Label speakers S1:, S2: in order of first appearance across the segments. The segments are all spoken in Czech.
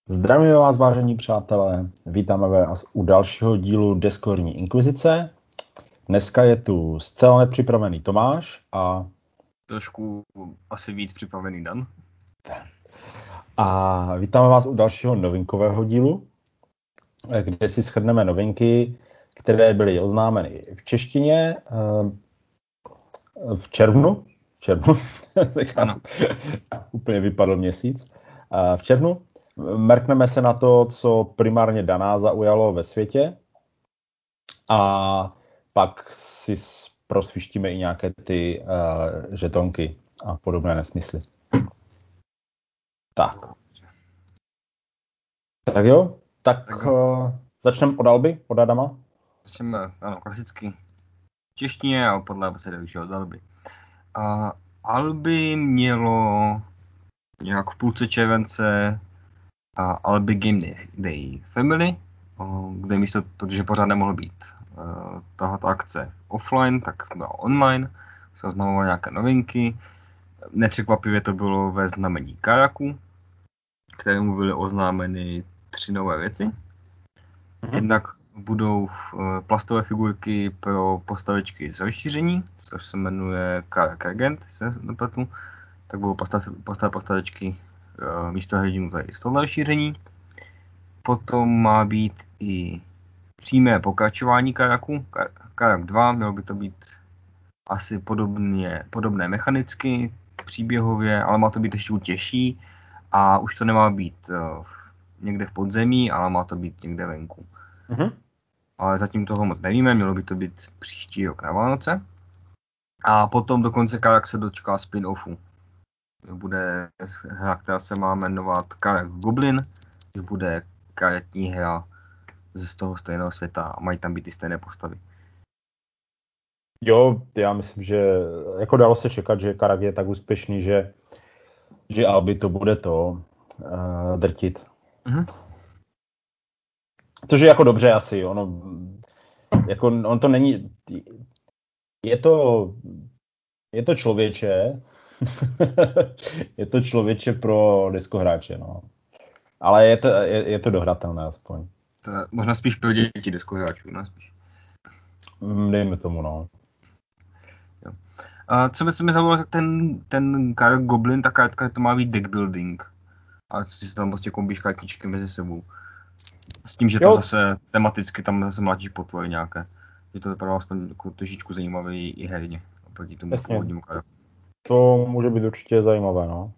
S1: Zdravíme vás, vážení přátelé, vítáme vás u dalšího dílu Discordní inkvizice. Dneska je tu zcela nepřipravený Tomáš a...
S2: Trošku asi víc připravený Dan.
S1: A vítáme vás u dalšího novinkového dílu, kde si shrneme novinky, které byly oznámeny v češtině v červnu.
S2: Ano.
S1: Úplně vypadl měsíc. V červnu. Mrkneme se na to, co primárně Dana zaujalo ve světě a pak si prosvištíme i nějaké ty žetonky a podobné nesmysly. Tak jo, začneme od Alby, od Adama.
S2: Začneme, ano, klasicky v češtině a podle se od Alby. Alby mělo nějak v půlce července Alby Game Day Family, kde místo, protože pořád nemohlo být tato akce offline, tak byla online, se oznamovaly nějaké novinky. Nepřekvapivě to bylo ve znamení kajaku, kterému byly oznámeny 3 nové věci. Jednak budou plastové figurky pro postavičky z rozšíření, což se jmenuje Kayak Agent, se nepletu. Tak budou postavičky místo hrdinů tady z tohle rozšíření. Potom má být i přímé pokračování kajaku. Kajak 2, mělo by to být asi podobné mechanicky, příběhově, ale má to být ještě těžší a už to nemá být někde v podzemí, ale má to být někde venku. Ale zatím toho moc nevíme, mělo by to být příští rok na Vánoce. A potom dokonce kajak se dočká spin-offu. Bude hra, která se má jmenovat Kajak Goblin, což bude karetní hra z toho stejného světa a mají tam být i stejné postavy.
S1: Jo, já myslím, že jako dalo se čekat, že Karak je tak úspěšný, že Alby to bude drtit. Což je jako dobře asi, on to není, je to člověče, je to člověče pro diskohráče, no. Ale je to dohratelné aspoň.
S2: To možná spíš pro děti diskohráčů, ne spíš.
S1: Dejme tomu, no.
S2: Jo. Co by se mi zavolal, tak ten Karak Goblin, ta kartka, to má být deck building. A si tam prostě kombíš kartičky mezi sebou. S tím, že tam zase tematicky tam zase mladíš potvory nějaké. Že to vypadá aspoň jako trošičku zajímavé i herně. Oproti tomu původnímu Karaku.
S1: To může být určitě zajímavé, no.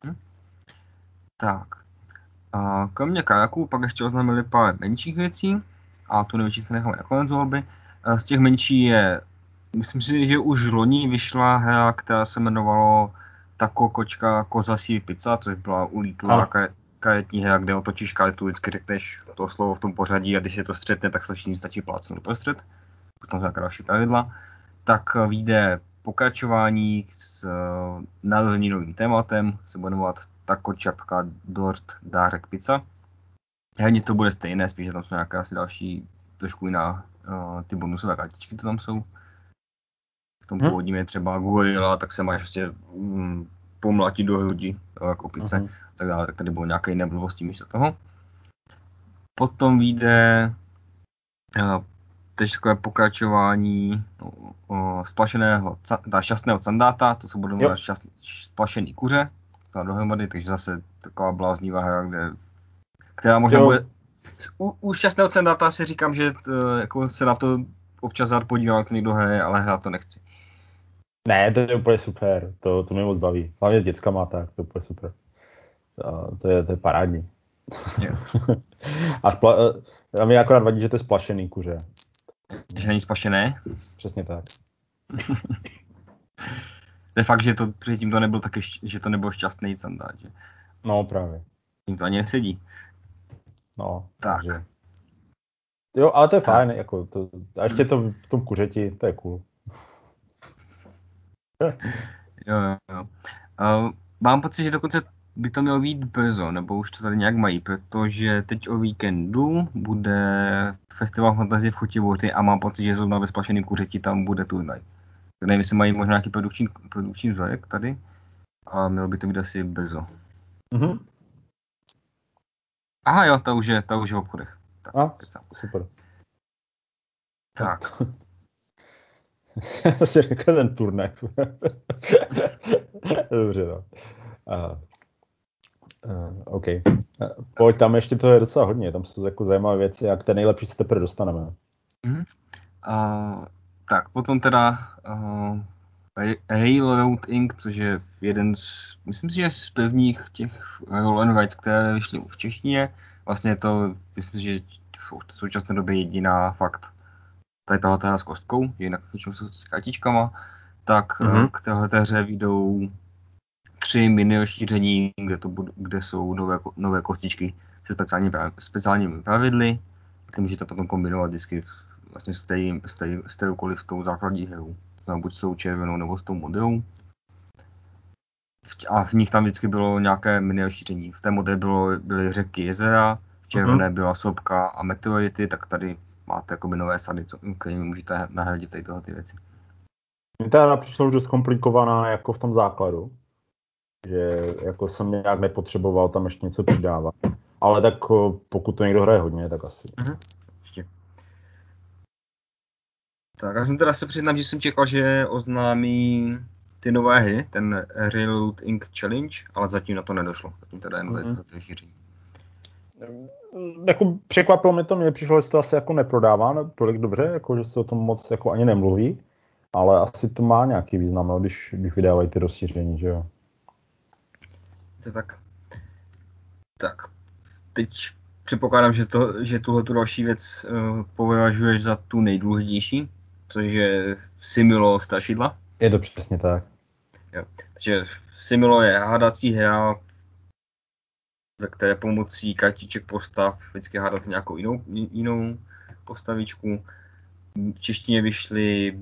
S2: Tak. A kromě Karaku pak ještě oznámili pár menších věcí. A tu největší se necháme nakonec volby. Z těch menší je, myslím si, že už loni vyšla hra, která se jmenovalo Tako, kočka, koza, sír, pizza, což byla ulítlá karetní hra, kde otočíš kartu, vždycky řekneš to slovo v tom pořadí a když je to střetne, tak se všichni stačí plácnout prostřed. Tam jsou nějaká další pravidla. Tak vyjde pokračování s narozeninovým tématem, se bude jmenovat Tako, čapka, dort, dárek, pizza. Herně to bude stejné, spíš, že tam jsou nějaké asi další trošku jiná ty bonusové kartičky, to tam jsou. V tom původním je třeba gorila, tak se máš prostě pomlatit do hrudi, jako opice, tak dále, tak tady bylo nějaké jiné blbosti místo toho. Potom vyjde teď takové pokračování šťastného candáta, to se bude jmenovat splašený kuře, to dohromady, takže zase taková bláznivá hra, která možná bude... U šťastného candáta si říkám, že jako se na to občas rád podívám, jak to někdo hraje, ale hrát to nechci.
S1: Ne, to je úplně super, to mě moc baví. Hlavně s dětskama, tak to je úplně super. To je parádní. A mě akorát vadí, že to je splašený kuře.
S2: Že není splašené?
S1: Přesně tak.
S2: To je fakt, že to předtím to nebyl taky, že to nebyl šťastný candát, že?
S1: No právě.
S2: Tím to ani nesedí.
S1: No,
S2: tak.
S1: Takže... Jo, ale to je fajn, jako to, a ještě to v tom kuřeti, to je cool.
S2: Jo. Mám pocit, že dokonce by to mělo být brzo, nebo už to tady nějak mají, protože teď o víkendu bude festival fantazie v Chotivoři a mám pocit, že zrovna ve splašeném kuřeti tam bude turnaj. Nevím, jestli mají možná nějaký produkční vzorek tady, ale mělo by to být asi brzo. Aha jo, ta už je v obchodech. Tak,
S1: super.
S2: Tak.
S1: Já si řekl ten turnaj. Dobře, no. OK. Pojď, tam ještě to je docela hodně, tam jsou jako zajímavé věci a k té nejlepší se teprve dostaneme.
S2: Mm-hmm. Tak, potom teda Railroad Inc., což je jeden myslím si, že z prvních těch roll and rides, které vyšly v češtině. Vlastně je to, myslím si, že v současné době jediná fakt tady tahle s kostkou, jinak většinou jsou s kartičkama, tak k téhle hře vyjdou 3 mini rozšíření, kde jsou nové kostičky se speciálními pravidly. Ty můžete potom kombinovat vždycky vlastně s kteroukoliv tou základní hrou. Buď s tou červenou nebo s tou modrou. A v nich tam vždycky bylo nějaké mini rozšíření. V té modré byly řeky, jezera, v červené byla sopka a meteority, tak tady máte jakoby nové sady, kterými můžete nahradit tady tyhle ty věci.
S1: Mně ta hra přišla už dost komplikovaná jako v tom základu. Že jako jsem nějak nepotřeboval tam ještě něco přidávat. Ale tak pokud to někdo hraje hodně, tak asi.
S2: Ještě. Tak já jsem teda se přiznám, že jsem čekal, že oznámí ty nové hry, ten Railroad Inc. Challenge, ale zatím na to nedošlo. Zatím teda jen to šíří.
S1: Jako překvapilo mě to, mně přišlo, že to asi jako neprodává tolik dobře, jako že se o tom moc jako ani nemluví, ale asi to má nějaký význam, no, když vydávají ty rozšíření, že jo.
S2: To tak. Tak, teď předpokládám, že tuhletu další věc považuješ za tu nejdůležitější, což je Similo strašidla.
S1: Je to přesně tak.
S2: Jo. Takže Similo je hádací hra, ve které pomocí kartiček postav vždycky hádat nějakou jinou postavičku. V češtině vyšly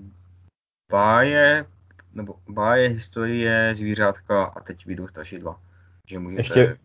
S2: báje, historie, zvířátka a teď vyjdou strašidla. Že můžete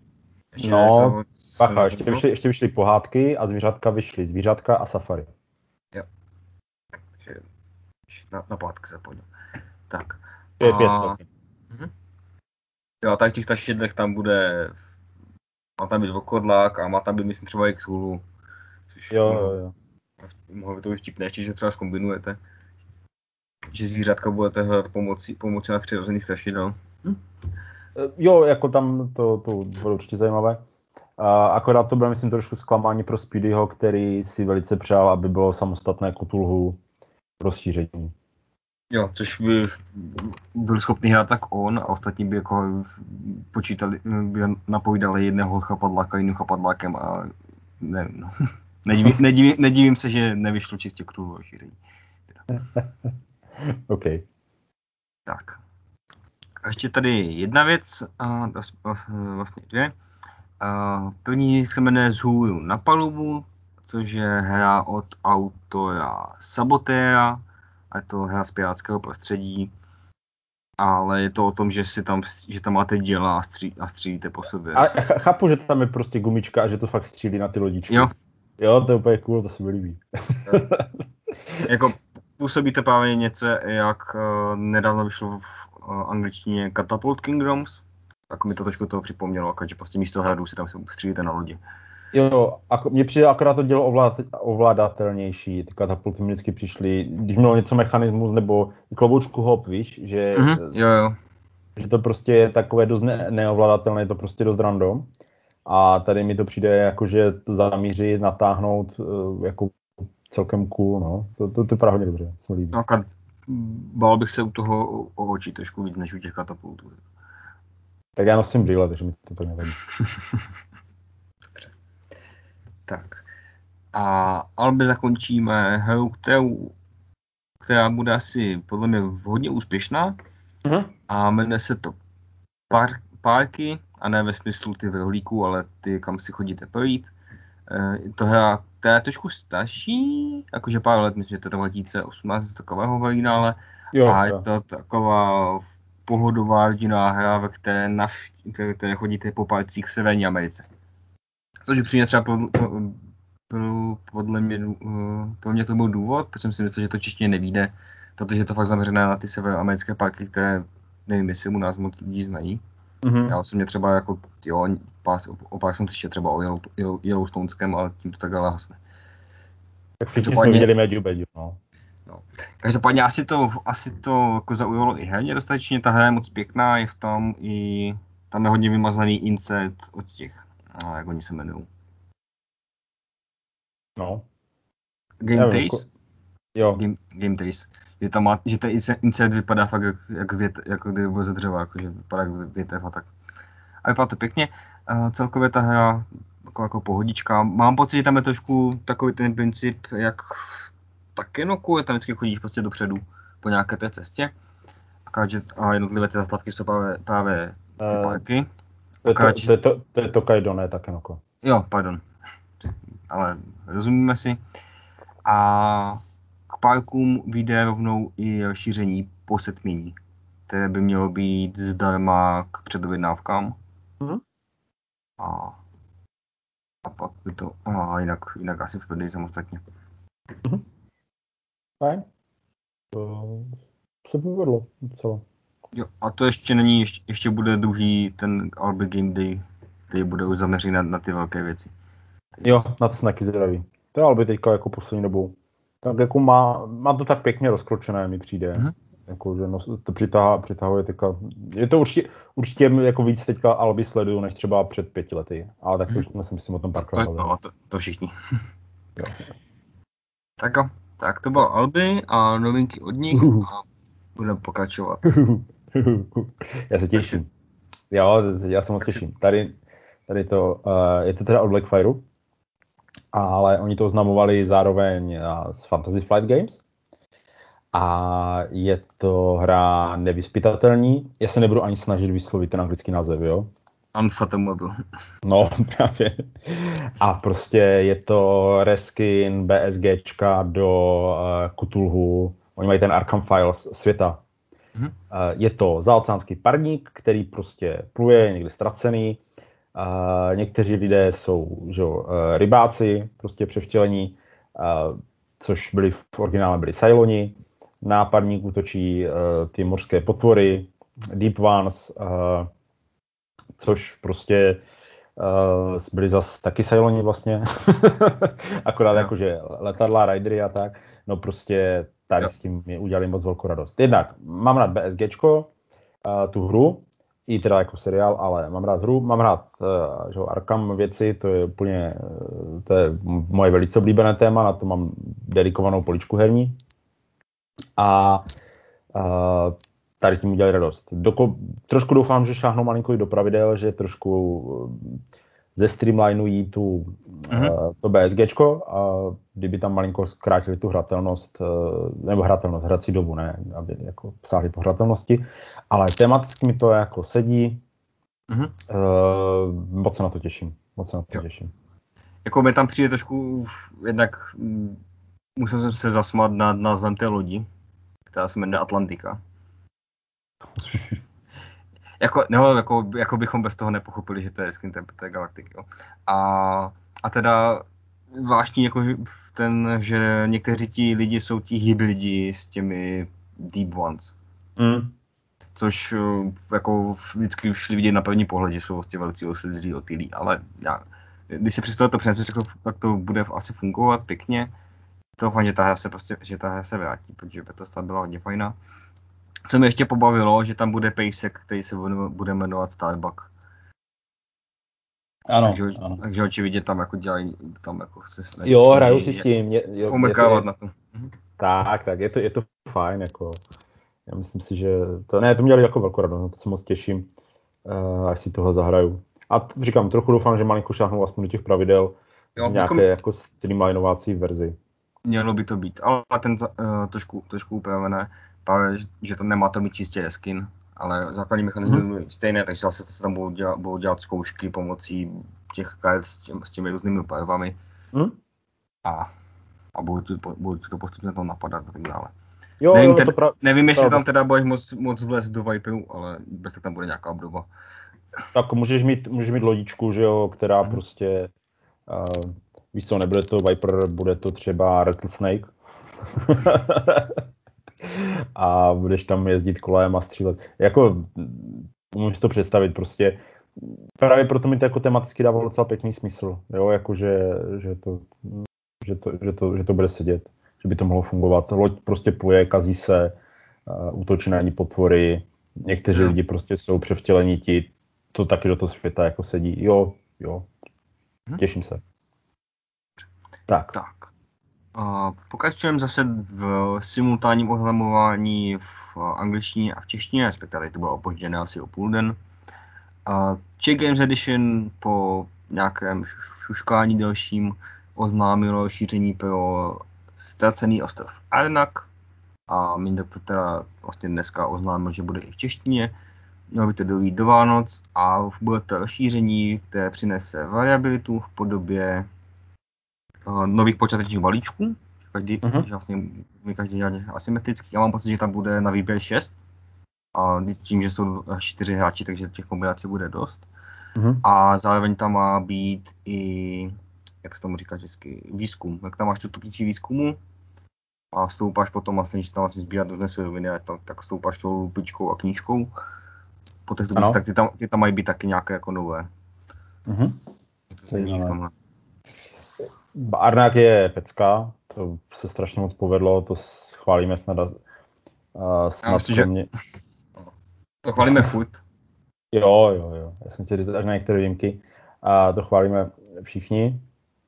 S1: ještě vyšly pohádky a zvířátka vyšly. Zvířátka a safari.
S2: Jo. Takže na pohádky se pojďme. Tak.
S1: To je 5 celkem.
S2: Jo, a tady v těch strašidlech tam má tam být vokodlák a má tam být, myslím, třeba i Cthulhu.
S1: Jo.
S2: Mohlo by to být vtipné, ještě, že třeba zkombinujete. Že zvířátka budete hledat pomocí nadpřirozených strašidel.
S1: Jo, jako tam to bylo určitě zajímavé. Akorát to bylo, myslím, trošku zklamání pro Speedyho, který si velice přál, aby bylo samostatné Cthulhu rozšíření.
S2: Jo, což by byl schopný hrát tak on a ostatní by jako by napovídali jednoho chapadláka jiným chapadlákem a nevím, no. Nedivím se, že nevyšlo čistě Cthulhu rozšíření.
S1: OK.
S2: Tak. A ještě tady jedna věc, vlastně dvě. První se jmenuje Z hůru na palubu, což je hra od autora Sabotéra, a je to hra z pirátského prostředí, ale je to o tom, že tam máte děla a střílíte po sobě.
S1: A chápu, že tam je prostě gumička a že to fakt střílí na ty lodičky. Jo, to je úplně cool, to se mi líbí.
S2: Jako působí to právě něco, jak nedávno vyšlo v angličtině Catapult Kingdoms, tak mi to trošku toho připomnělo, že prostě místo hradu si tam střílíte na lodi.
S1: Jo, mně přijde akorát to dělo ovládatelnější, ty katapulty mi vždycky přišly, když mělo něco mechanismus nebo kloboučku hop, víš, že,
S2: jo.
S1: že to prostě je takové dost neovládatelné, je to prostě dost random a tady mi to přijde jako, že to zamířit, natáhnout jako celkem cool, no, to vypadá hodně dobře, se mi líbí.
S2: No, bál bych se u toho o očí trošku víc než u těch katapultů.
S1: Tak já nosím brýle, takže mi to tak nevadí.
S2: Tak. A Alby zakončíme hrou, která bude asi podle mě hodně úspěšná. A jmenuje se to Parky, a ne ve smyslu ty vrhlíků, ale ty, kam si chodíte projít. To hra, která je trošku starší, jakože pár let, myslím, že to je 2018 takového originále. A je to taková pohodová rodinná hra, ve které chodíte po parcích v Severní Americe. Což upřímně třeba podle mě, pro mě to byl důvod, protože jsem si myslel, že to češtině nevyjde, protože je to fakt zaměřené na ty severoamerické parky, které nevím, jestli u nás moc lidí znají. Já osobně třeba jako, jo, opak jsem slyšel třeba o Yellowstoneském, ale tím to tak ale hasne.
S1: Tak všichni jsme viděli Medju Bedju, no.
S2: No. Každopádně asi to jako zaujalo i herně dostatečně, ta hra je moc pěkná, je v tom i, tam je hodně vymazaný inset od těch, jak oni se jmenují.
S1: No.
S2: Game Taste?
S1: Jo.
S2: Game Taste. Že ten insert vypadá fakt jako kdyby byl ze dřeva, jako že vypadá jak větev a tak. A vypadá to pěkně. Celkově ta hra jako pohodička. Mám pocit, že tam je trošku takový ten princip, jak Takenoku, je tam vždycky chodíš prostě dopředu po nějaké té cestě. A jednotlivé ty zastávky jsou právě ty parky.
S1: To je Tokaido, ne Takenoko.
S2: Jo, pardon. Ale rozumíme si. A k parkům vyjde rovnou i rozšíření posetmění, které by mělo být zdarma k předobjednávkám. A pak by to... jinak asi v prodeji samostatně.
S1: Fajn. To se povedlo docela.
S2: Jo, a to ještě není, ještě bude druhý ten Albi Game Day, který bude už zaměřený na ty velké věci.
S1: Jo, na to snaky zdraví. To je Albi teďka jako poslední dobou. Tak jako má to tak pěkně rozkročené, mi přijde. Jako, že to přitahuje teďka. Je to určitě jako víc teďka Albi sleduju, než třeba před 5 lety. Ale tak to už jsme si myslím o tom párkrát bavili.
S2: No, to všichni. Tak to bylo Albi a novinky od nich a budeme pokračovat.
S1: Já se těším. Jo, já se moc těším. Tady to, je to teda od Blackfireu, ale oni to oznamovali zároveň z Fantasy Flight Games. A je to hra Nevyzpytatelní. Já se nebudu ani snažit vyslovit ten anglický název, jo?
S2: Unfathomable.
S1: No, právě. A prostě je to reskin BSGčka do Cthulhu. Oni mají ten Arkham Files světa. Je to zaoceánský parník, který prostě pluje, někde ztracený. Někteří lidé jsou rybáci, prostě převtělení, což byli v originále byli Cyloni. Na parník útočí ty mořské potvory, Deep Ones, což prostě byli zase taky Cyloni vlastně. Akorát jakože letadla, ridery a tak. No prostě tady s tím mi udělali moc velkou radost. Jednak mám rád BSGčko, tu hru, i teda jako seriál, ale mám rád hru, mám rád Arkham věci, to je úplně, to je moje velice oblíbené téma, na to mám dedikovanou poličku herní. A tady tím udělali radost. Trošku doufám, že šáhnou malinko i do pravidel, že trošku zestreamlinují to BSGčko a kdyby tam malinko zkrátili tu hratelnost, nebo hrací dobu, ne, aby jako sáhli po hratelnosti, ale tematicky mi to jako sedí, moc se na to těším,
S2: Jako mi tam přijde trošku, jednak musel jsem se zasmát nad názvem té lodi, která se jmenuje Atlantika. Jako bychom bez toho nepochopili, že to je skin té galaktiky. Jo. A teda zvláštní jako že někteří ti lidi jsou ti hybridi s těmi Deep Ones. Což jako vždycky šli vidět na první pohled, že jsou vlastně velcí oslizří otylí, ale když se přesto to přinese, tak to bude asi fungovat pěkně. To fajn, že ta hra se vrátí, protože Bethesda byla hodně fajná. Co mě ještě pobavilo, že tam bude pejsek, který se bude jmenovat Starbuck.
S1: Ano.
S2: Takže očividně tam jako dělají, tam jako se snaží.
S1: Jo, hraju si s tím.
S2: Pomekávat na to.
S1: Tak, je to fajn, jako. Já myslím si, že to mi dělali jako velkou radost, na to se moc těším, až si tohle zahraju. A říkám, trochu doufám, že malinko šáhnou aspoň do těch pravidel, nějaké jako streamlinovací verzi.
S2: Mělo by to být, ale ten trošku upravené, právě, že to nemá to být čistě reskin, ale základní mechanismy jsou stejné, takže zase to se tam budou dělat zkoušky pomocí těch karet s těmi různými barvami a budou to postupně tam napadat a tak dále.
S1: Jo,
S2: nevím, jestli tam teda budeš moc vlezt do Viperu, ale bez tak tam bude nějaká obdoba.
S1: Tak můžeš mít lodičku, že jo, která prostě, víš co, nebude to Viper, bude to třeba Rattlesnake. A budeš tam jezdit kolem a střílet. Jako umím si to představit prostě. Právě proto mi to jako tematicky dávalo docela pěkný smysl, jo, jakože, že to bude sedět, že by to mohlo fungovat. Loď prostě pluje, kazí se, útočí na ní potvory, někteří lidi prostě jsou převtělení ti, to taky do toho světa jako sedí. Jo, těším se. Tak.
S2: Pokračujeme zase v simultánním oznamování v angličtině a v češtině, respektive to bylo opožděné asi o půl den. Czech Games Edition po nějakém šuškání delším oznámilo šíření pro ztracený ostrov Arnak a Mindok to teda vlastně dneska oznámil, že bude i v češtině. Mělo by to dojít do Vánoc a bude to rozšíření, které přinese variabilitu v podobě nových počátečních balíčků. Každý dělá asymetrický. Já mám pocit, že tam bude na výběr 6. A tím, že jsou 4 hráči, takže těch kombinací bude dost. A zároveň tam má být i, jak se tomu říká česky, výzkum. Jak tam máš tu stupnici výzkumu a stoupáš potom vlastně, že tam vlastně sbírat různé suroviny, tak stoupáš tou lupičkou a knížkou. Po těch stupnicích, tak ty tam mají být taky nějaké jako nové.
S1: Arnak je pecka, to se strašně moc povedlo, to schválíme snad
S2: mě. To chválíme furt.
S1: Jo. Já jsem chtěl říct až na některé výjimky. A to chválíme všichni.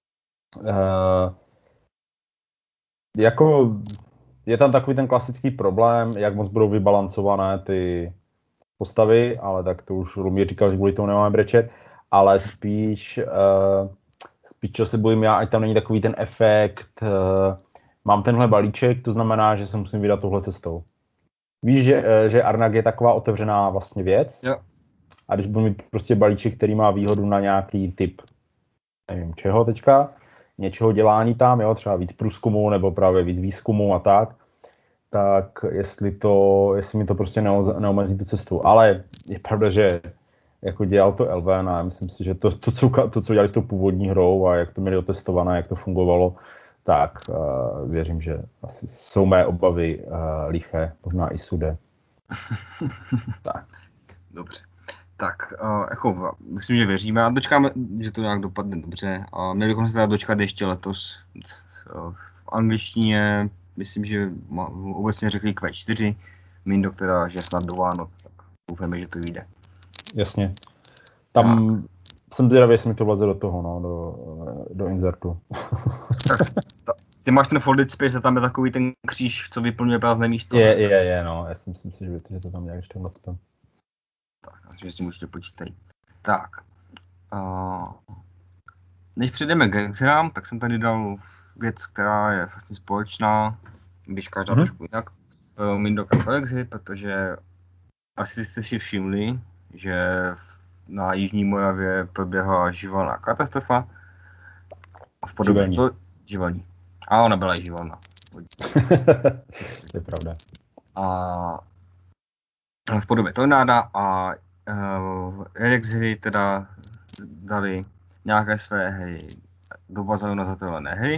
S1: Jako je tam takový ten klasický problém, jak moc budou vybalancované ty postavy, ale tak to už Lumír říkal, že kvůli tomu nemáme brečet, ale spíš čo se bojím já, ať tam není takový ten efekt, mám tenhle balíček, to znamená, že se musím vydat touhle cestou. Víš, že Arnak je taková otevřená vlastně věc.
S2: Jo.
S1: A když budu mít prostě balíček, který má výhodu na nějaký typ, nevím čeho teďka, něčeho dělání tam, jo, třeba víc průzkumu nebo právě víc výzkumu a tak jestli mi to prostě neomezí tu cestu. Ale je pravda, že jako dělal to Elven a myslím si, že to, co dělali s tou původní hrou a jak to měli otestované, jak to fungovalo, tak věřím, že asi jsou mé obavy liché, možná i sudé.
S2: Tak. Dobře. Tak, jako myslím, že věříme a dočkáme, že to nějak dopadne dobře. A měli bychom se teda dočkat ještě letos v angličtině, myslím, že obecně řekli Q4, Mindok teda, že snad do Vánoc, tak doufáme, že to vyjde.
S1: Jasně. Tam jsem zvědavý, jestli mi to vleze do toho, no, do insertu.
S2: Ty máš ten folded space a tam je takový ten kříž, co vyplňuje prázdné místo.
S1: Je, no, já si myslím si, že to tam nějak tam.
S2: Tak, asi s tím určitě počítají. Tak. Než přejdeme k exhrám, tak jsem tady dal věc, která je vlastně společná, když každá trošku jinak. Mindok a exhry, protože asi jste si všimli, že na Jižní Moravě proběhla živelná katastrofa. V podobě živelní. A ona byla i živelná.
S1: To je pravda.
S2: A v podobě tornáda a exhry teda dali nějaké své hry do bazénu na zatelené hry.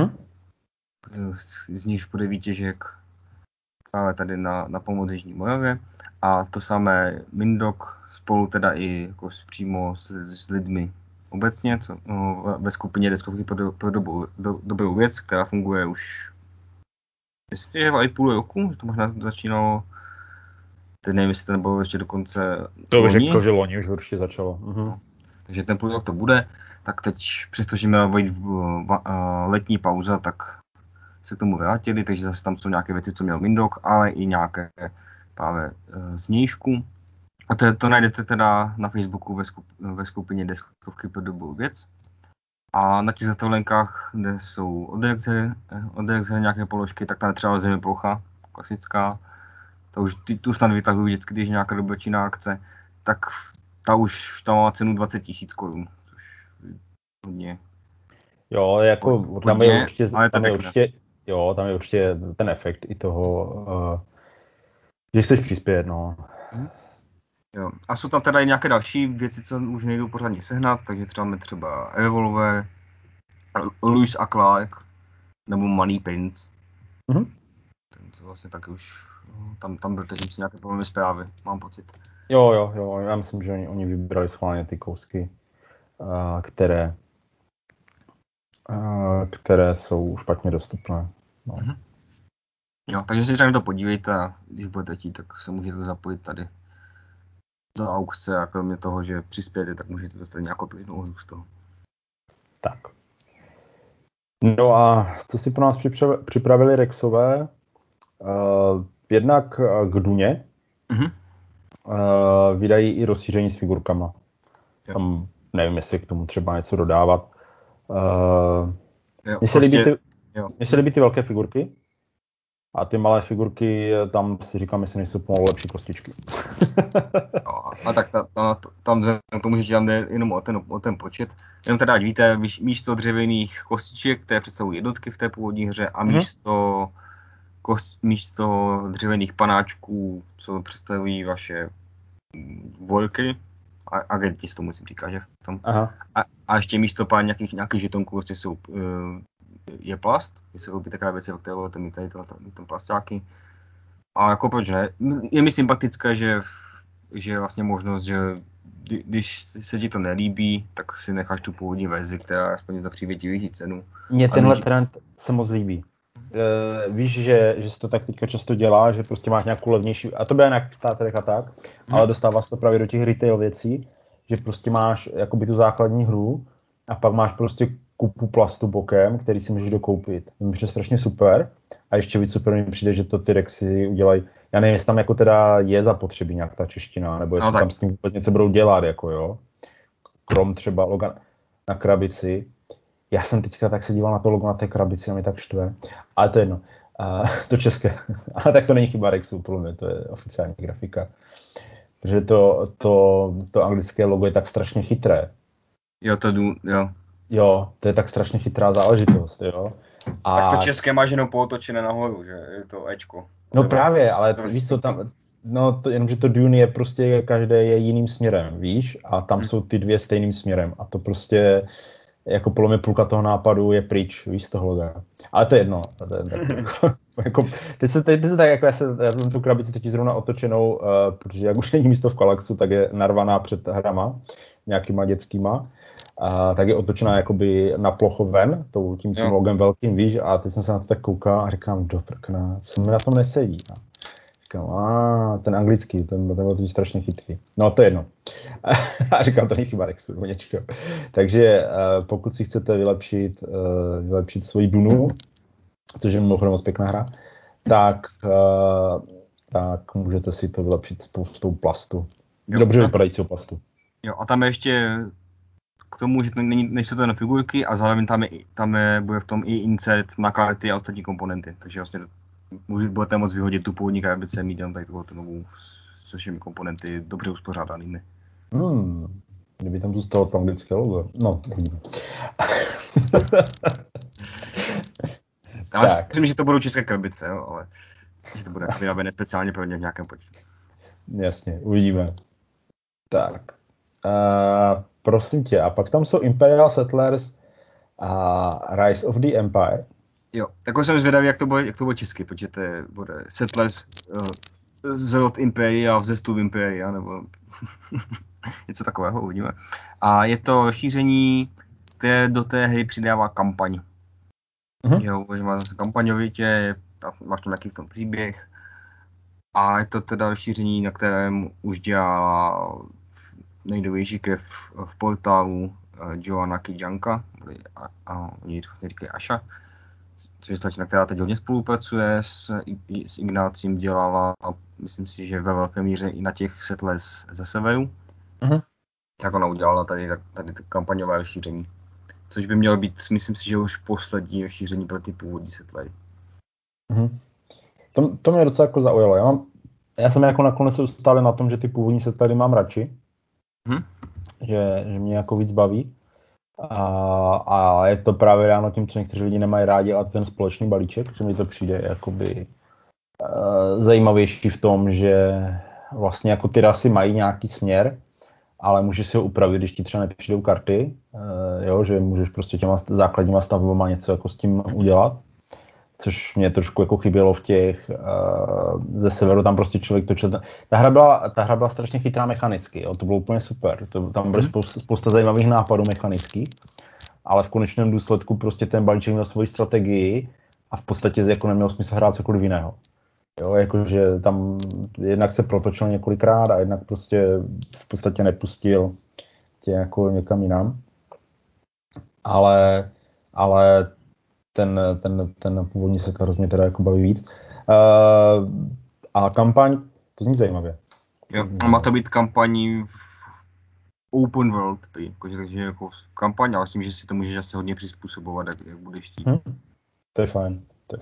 S2: Z níž bude výtěžek právě tady na pomoc Jižní Moravě. A to samé Mindok spolu teda i jako přímo s lidmi obecně, ve skupině deskovky pro dobrou věc, která funguje už myslím, že v půl roku, že to možná začínalo, teď nevím, jestli to nebylo ještě dokonce
S1: to bych řekl, že loni už určitě začalo.
S2: No, takže ten půl rok to bude, tak teď, přestože měla být letní pauza, tak se k tomu vrátili, takže zase tam jsou nějaké věci, co měl Mindok, ale i nějaké právě znějšku. A to najdete teda na Facebooku ve skupině deskovky pro dobrou věc. A na těch zatolenkách, kde jsou od exhry nějaké položky, tak tam třeba země plocha, klasická. Tu snad vytahuji vždycky, když nějaká dobročinná akce, tak ta má cenu 20 000 korun, což hodně.
S1: Jo, jako tam je určitě ten efekt i toho, že chceš přispět, no.
S2: Jo. A jsou tam teda i nějaké další věci, co už nejdou pořádně sehnat, takže třeba Revolver, Lewis a Clark, nebo Money Pins. Ten co vlastně taky už, tam byl teď nějaké problémy zprávy, mám pocit.
S1: Jo, já myslím, že oni vybrali schválně ty kousky, které jsou špatně dostupné. No.
S2: Mhm. Jo, takže si třeba to podívejte a když budete chtít, tak se můžete zapojit tady do aukce a kromě toho, že přispějete, tak můžete dostat nějakou pěknou hru z toho.
S1: Tak. No a co si pro nás připravili Rexové? Jednak k Duně vydají i rozšíření s figurkama.
S2: Jo.
S1: Tam nevím, jestli k tomu třeba něco dodávat.
S2: Jo,
S1: Mně se líbí ty velké figurky a ty malé figurky, tam si říkám, jestli nejsou pomalu lepší kostičky.
S2: A tak tam k tomu, že tam jde jenom o ten počet. Jenom teda, ať víte, místo dřevěných kostiček, které představují jednotky v té původní hře, a místo dřevěných panáčků, co představují vaše worky, agenti, to musím říkat, že v tom. A ještě místo pár nějakých žetonků prostě je plast, když se koupí takové věci, ve které budete mít tady ten plastáky. A jako proč ne? Je mi sympatické, že vlastně možnost, že když se ti to nelíbí, tak si necháš tu původní verzi, která aspoň za přívětivější cenu.
S1: Mně tenhle trend se moc líbí. Víš, že se to tak teďka často dělá, že prostě máš nějakou levnější, a to bude nějaký státek a tak, ale dostává se to právě do těch retail věcí, že prostě máš jakoby tu základní hru a pak máš prostě kupu plastu bokem, který si můžeš dokoupit. To je strašně super a ještě víc super mi přijde, že to ty Rexy udělají. Já nevím, jestli tam jako teda je zapotřebí nějak ta čeština, nebo jestli tam s tím vůbec něco budou dělat, jako jo. Krom třeba loga na krabici. Já jsem teďka tak se díval na to logo na té krabici a mě tak štve. Ale to je jedno. To české. Ale tak to není chyba Rexu, podle mě, to je oficiální grafika. Protože to anglické logo je tak strašně chytré. Jo, to je tak strašně chytrá záležitost, jo.
S2: Tak to české máš jenom pootočené nahoru, že je to Ečko.
S1: No právě, ale víš co tam, jenomže to Dune je prostě, každé je jiným směrem, víš, a tam jsou ty dvě stejným směrem a to prostě, jako podle mě půlka toho nápadu je pryč, víš, z toho loga. Ale to je jedno. Teď se tak, jako já jsem tu krabici teď zrovna otočenou, protože jak už není místo v Kallaxu, tak je narvaná před hrama, nějakýma dětskýma. Tak je otočená jakoby na plocho ven, tím logem velkým, víš, a teď jsem se na to tak koukal a říkám, do prkna, co mi na tom nesedí. Říkám, ten anglický, ten byl totiž strašně chytrý. No to je jedno. A říkám, to není chyba Rexu, nebo něčeho. Takže pokud si chcete vylepšit svoji Dunu, což je mimochodem moc pěkná hra, tak můžete si to vylepšit spoustou plastu. Dobře vypadajícího plastu.
S2: Jo, a tam ještě k tomu, že nejsou to jen figurky a zároveň tam bude v tom i insert na karty a ostatní komponenty. Takže vlastně budete moct vyhodit tu původní krabici a mít tam tady tu novou se všemi komponenty dobře uspořádanými.
S1: Kdyby tam zůstalo to anglické logo. No, uvidíme.
S2: Já myslím, že to budou české krabice, jo, ale že to bude vyráběné speciálně pro ně v nějakém počtu.
S1: Jasně, uvidíme. Tak. Prosím tě, a pak tam jsou Imperial Settlers a Rise of the Empire.
S2: Jo, jako jsem zvědavý, jak to bude česky, protože to bude Settlers Zrod Imperia, Vzestup Imperia, nebo něco takového, uvidíme. A je to rozšíření, které do té hry přidává kampaň. Jo, že má zase kampaňovitě, máš tam nějaký v tom příběh. A je to teda rozšíření, na kterém už dělala nejnovější krev v portálu Joanna Kijanka, a oni vlastně říkají Asha, což je stačná, která teď hodně spolupracuje s Ignácím, dělala, a myslím si, že ve velké míře i na těch Settlers ze severu. Tak ona udělala tady kampaňové rozšíření. Což by mělo být, myslím si, že už poslední rozšíření pro ty původní Settlery.
S1: To mě docela jako zaujalo. Já jsem jako nakonec se ustále na tom, že ty původní Settlery mám radši. Že mě jako víc baví. A je to právě ráno tím, co někteří lidi nemají rádi, ale ten společný balíček, že mi to přijde jakoby zajímavější v tom, že vlastně jako ty rasy mají nějaký směr, ale můžeš si ho upravit, když ti třeba nepřijdou karty, jo, že můžeš prostě těma základníma stavbama něco jako s tím udělat. což mě trošku jako chybělo v těch ze severu, tam prostě člověk točil. Ta hra byla strašně chytrá mechanicky, jo, to bylo úplně super, tam byly spousta zajímavých nápadů mechanických, ale v konečném důsledku prostě ten balíček měl svoji strategii a v podstatě jako neměl smysl hrát cokoliv jiného. Jo, jakože tam jednak se protočil několikrát a jednak prostě v podstatě nepustil tě jako někam jinam. Ale ten původní Sekaros mě teda jako baví víc. A kampaň, to zní zajímavě.
S2: Jo, má to být kampaní open world, takže jako kampaň, ale myslím, že si to můžeš asi hodně přizpůsobovat, jak budeš chtít.
S1: To je fajn.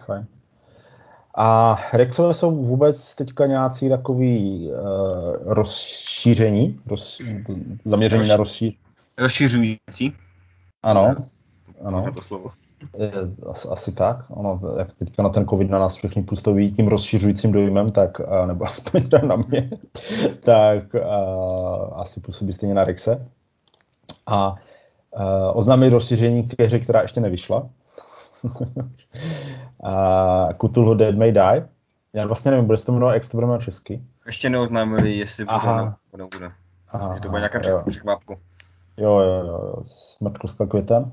S1: A Rexové jsou vůbec teďka nějaký takový rozšíření, zaměření na
S2: rozšiřující.
S1: Ano.
S2: To slovo.
S1: Asi tak. Ono, jak teďka na ten covid na nás všechny působí tím rozšiřujícím dojmem, tak, nebo aspoň na mě, tak asi působí stejně na Rexe. A oznámili rozšíření k hře, která ještě nevyšla. Cthulhu Dead May Die. Já vlastně nevím, bude se to jmenovat, jak se to bude jmenovat česky?
S2: Ještě neoznámili, jestli bude. Že to bude nějaká překvápku.
S1: Jo, smrtku s květem.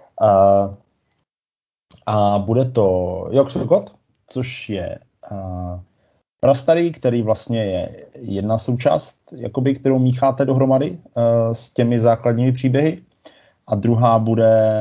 S1: A bude to Yogg-Sothoth, což je prastarý, který vlastně je jedna součást, jakoby, kterou mícháte dohromady s těmi základními příběhy. A druhá bude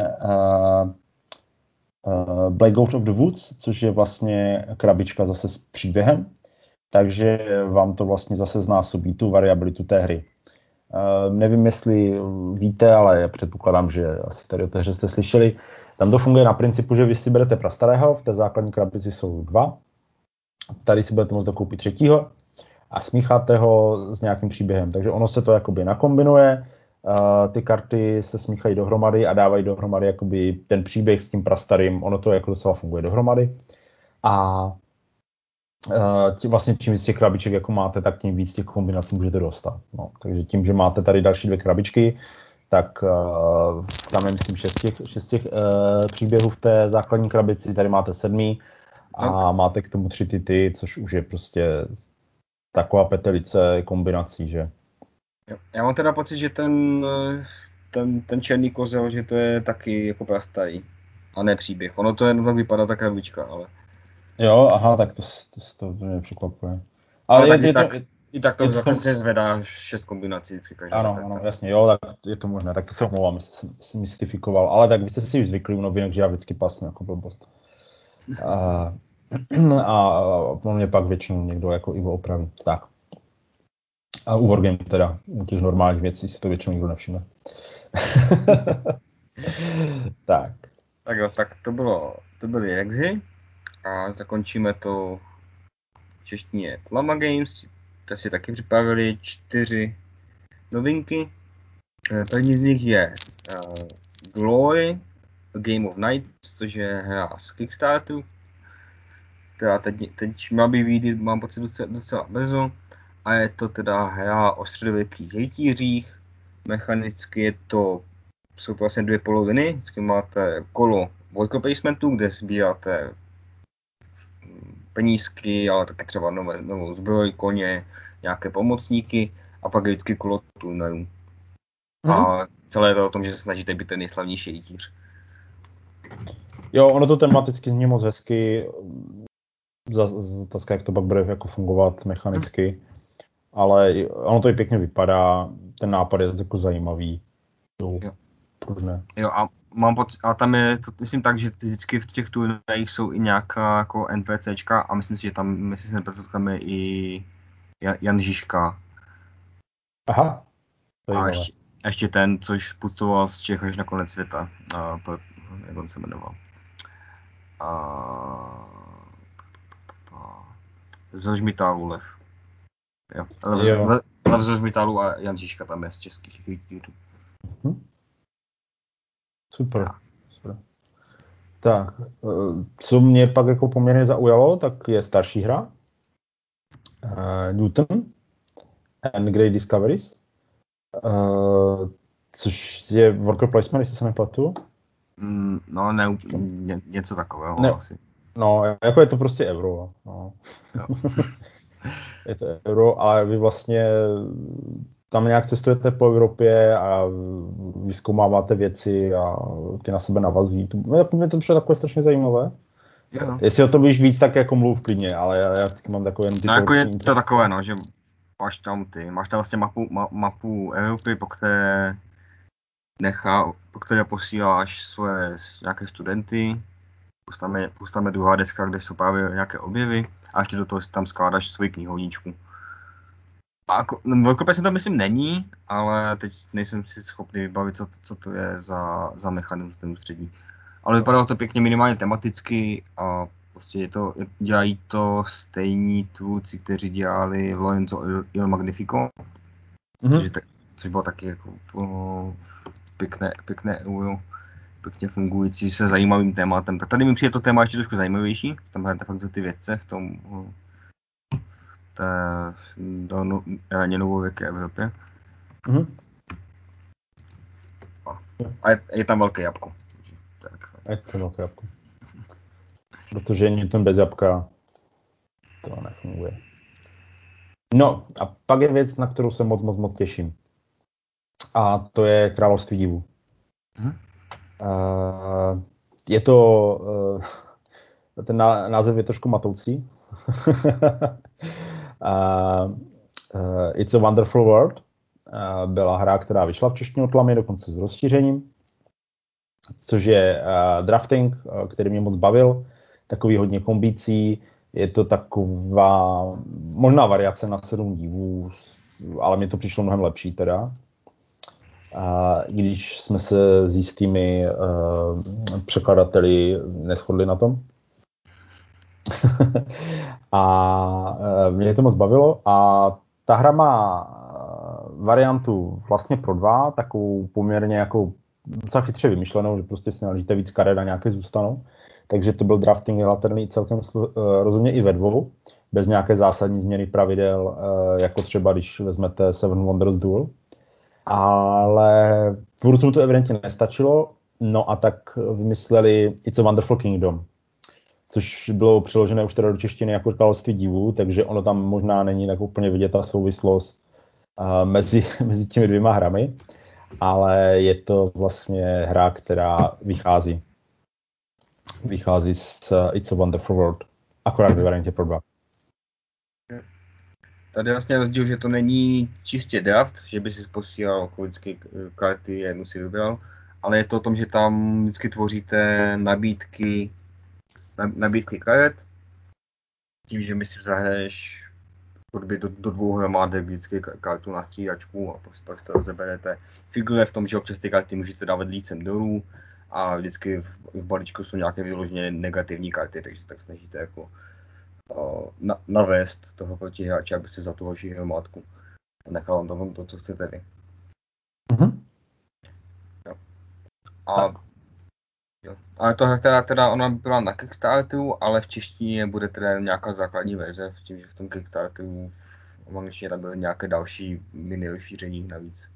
S1: Black Ghost of the Woods, což je vlastně krabička zase s příběhem. Takže vám to vlastně zase znásobí tu variabilitu té hry. Nevím, jestli víte, ale já předpokládám, že asi tady o té hře jste slyšeli. Tam to funguje na principu, že vy si berete prastarého, v té základní krabici jsou 2. Tady si budete moct dokoupit 3. a smícháte ho s nějakým příběhem. Takže ono se to jakoby nakombinuje, ty karty se smíchají dohromady a dávají dohromady jakoby ten příběh s tím prastarým. Ono to jako docela funguje dohromady. A vlastně čím víc těch krabiček jako máte, tak tím víc těch kombinací můžete dostat. No, takže tím, že máte tady další 2 krabičky, tak tam je myslím 6 těch příběhů v té základní krabici, tady máte 7 a máte k tomu 3 ty, což už je prostě taková petelice kombinací, že?
S2: Já mám teda pocit, že ten černý kozel, že to je taky jako prastarý a ne příběh. Ono to jen tak vypadá ta krabička, ale...
S1: Jo, aha, tak to mě překvapuje.
S2: Ale i tak to se zvedá 6 kombinací vždycky každá.
S1: Ano, jasně, jo, tak je to možné, tak to se omlouvám, jestli jsem mystifikoval, ale tak vy jste si už zvykli u novinek, že já vždycky pasnu jako blbost. A mě pak většinou někdo jako Ivo opraví. Tak. A u Wargame teda, u těch normálních věcí si to většinou nikdo nevšimne. Tak.
S2: Tak jo, tak to byly Rexy a zakončíme to v češtině Tlama Games, to si taky připravili 4 novinky. První z nich je Glory, A Game of Night, což je hra z Kickstarteru, která teď má být vyjít, mám pocit docela brzo. A je to teda hra o středověkých rytířích. Mechanicky jsou to vlastně 2 poloviny. Vždycky máte kolo worker placementu, kde sbíráte penízky, ale taky třeba novou zbroj, koně, nějaké pomocníky a pak je vždycky kolo turnajů. A celé je to o tom, že se snažíte být ten nejslavnější rytíř.
S1: Jo, ono to tematicky zní moc hezky. Otázka, jak to pak bude jako fungovat mechanicky. Ale ono to i pěkně vypadá. Ten nápad je jako zajímavý. Jo. Proč ne?
S2: Jo, a mám pocit, a tam je to, myslím tak, že vždycky v těch turnajích jsou i nějaká jako NPCčka a myslím si, že tam, myslím si, že tam je i Jan Žižka.
S1: Aha.
S2: A ještě ten, což putoval z Čech až na konec světa. Jak on se jmenoval? Z Rožmitálu Lev. Jo. Lev z Rožmitálu a Jan Žižka tam je z českých rytířů.
S1: Super. Tak, co mě pak jako poměrně zaujalo, tak je starší hra. Newton and Great Discoveries. Což je worker placement, jestli se nepletu.
S2: No, ne, něco takového
S1: ne,
S2: asi.
S1: No, jako je to prostě euro. No. Je to euro, ale vy vlastně tam nějak cestujete po Evropě a vyzkoumáváte věci a ty na sebe navazují. Mě to přijde takové strašně zajímavé.
S2: Jo.
S1: Jestli o tom víš víc, tak jako mluv klidně, ale já vždycky mám takové jen ty
S2: No jako je
S1: povrchní
S2: to takové, no, že máš tam vlastně mapu Evropy, po které posíláš svoje nějaké studenty, plus tam je druhá deska, kde jsou právě nějaké objevy a ještě do toho si tam skládáš svoji knihovničku. A velkolepé se to myslím není, ale teď nejsem si schopný vybavit, co to je za mechanismus ten ústřední. Ale vypadalo to pěkně minimálně tematicky a prostě dělají to stejní tvůrci, kteří dělali Lorenzo Il Magnifico, což bylo taky jako pěkné euro, pěkně fungující se zajímavým tématem. Tak tady mi přijde to téma ještě trošku zajímavější, tam hrajete fakt za ty vědce v tom raně novověké Evropě. A je tam velké jabko.
S1: Je to velké jabko. Protože Newton bez jabka to nefunguje. No a pak je věc, na kterou se moc těším. A to je Království divů. Je to... ten název je trošku matoucí. It's a Wonderful World. Byla hra, která vyšla v češtině od Tlamy, dokonce s rozšířením, což je drafting, který mě moc bavil, takový hodně kombící, je to taková možná variace na 7 divů, ale mi to přišlo mnohem lepší teda. Když jsme se s jistými překladateli neshodli na tom. A mě to moc bavilo a ta hra má variantu vlastně pro 2, takovou poměrně jako docela chytře vymyšlenou, že prostě si nalížíte víc karet a nějaké zůstanou. Takže to byl drafting relativní celkem rozumně i ve 2, bez nějaké zásadní změny pravidel, jako třeba když vezmete Seven Wonders Duel. Ale tvůrcům to evidentně nestačilo, no a tak vymysleli It's a Wonderful Kingdom, což bylo přeložené už teda do češtiny jako Království divů, takže ono tam možná není tak úplně vidět ta souvislost mezi těmi dvěma hrami, ale je to vlastně hra, která vychází z It's a Wonderful World, akorát ve variantě pro 2.
S2: Tady vlastně rozdíl, že to není čistě draft, že by si posílal vždycky karty, jednu si vybral, ale je to o tom, že tam vždycky tvoříte nabídky karet, tím, že my si zahraješ do 2 hromádek vždycky kartu na střídačku a pak to rozeberete. Figuruje v tom, že občas ty karty můžete dávat lícem dolů a vždycky v balíčku jsou nějaké vyloženě negativní karty, takže se tak snažíte jako navést toho protihráče, aby se za tu horší hromádku nechal on tam to, co chcete vy. Jo. Ale to teda ona byla na Kickstarteru, ale v češtině bude teda nějaká základní verze, tím, že v tom Kickstarteru v angličtině tam byly nějaké další mini rozšíření navíc.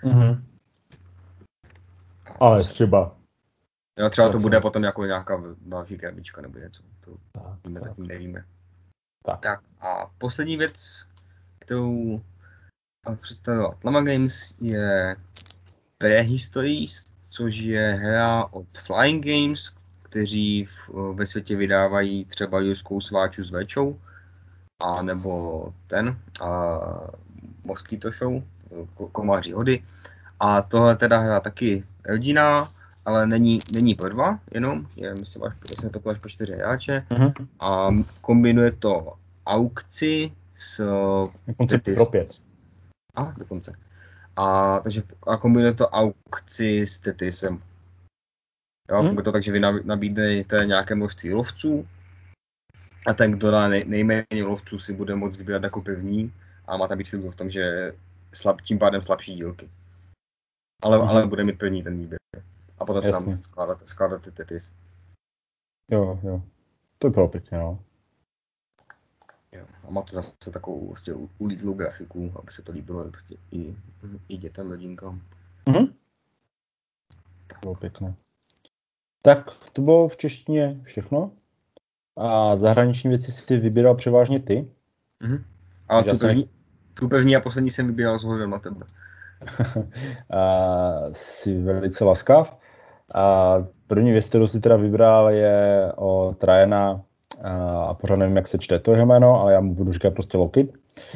S1: Ale třeba.
S2: Jo, třeba to bude potom jako nějaká další krabička nebo něco. To zatím nevíme. Tak a poslední věc, kterou představila Tlama Games, je Prehistories, což je hra od Flying Games, kteří ve světě vydávají třeba Juskou sváču s Večou, a nebo Mosquito Show, Komáři hody. A tohle teda hra taky rodinná, ale není pro 2 jenom, myslím, až po 4 hráče. A kombinuje to aukci s
S1: pro 5.
S2: Dokonce. Takže kombinuje to aukci s Tetrisem. Jo, funguje to tak, že vy nabídnete nějaké množství lovců a ten, kdo dá nejméně lovců, si bude moct vybírat jako první a má tam být figur v tom, že tím pádem slabší dílky. Ale bude mít první ten výběr. A potom se tam skládat ty Tetris.
S1: Jo. To bylo pěkně, no.
S2: Jo. A má to zase takovou prostě ulítlou grafiku, aby se to líbilo prostě i dětem, rodinkám.
S1: To bylo pěkné. Tak to bylo v češtině všechno. A zahraniční věci si vybíral převážně ty.
S2: Ale
S1: Takže
S2: tu první a poslední jsem vybíral s ohledem na tebe.
S1: Jsi velice laskav. První věc, kterou si teda vybral, je od Ryana, a pořád nevím, jak se čte to jeho jméno, ale já mu budu říkat prostě Lockit.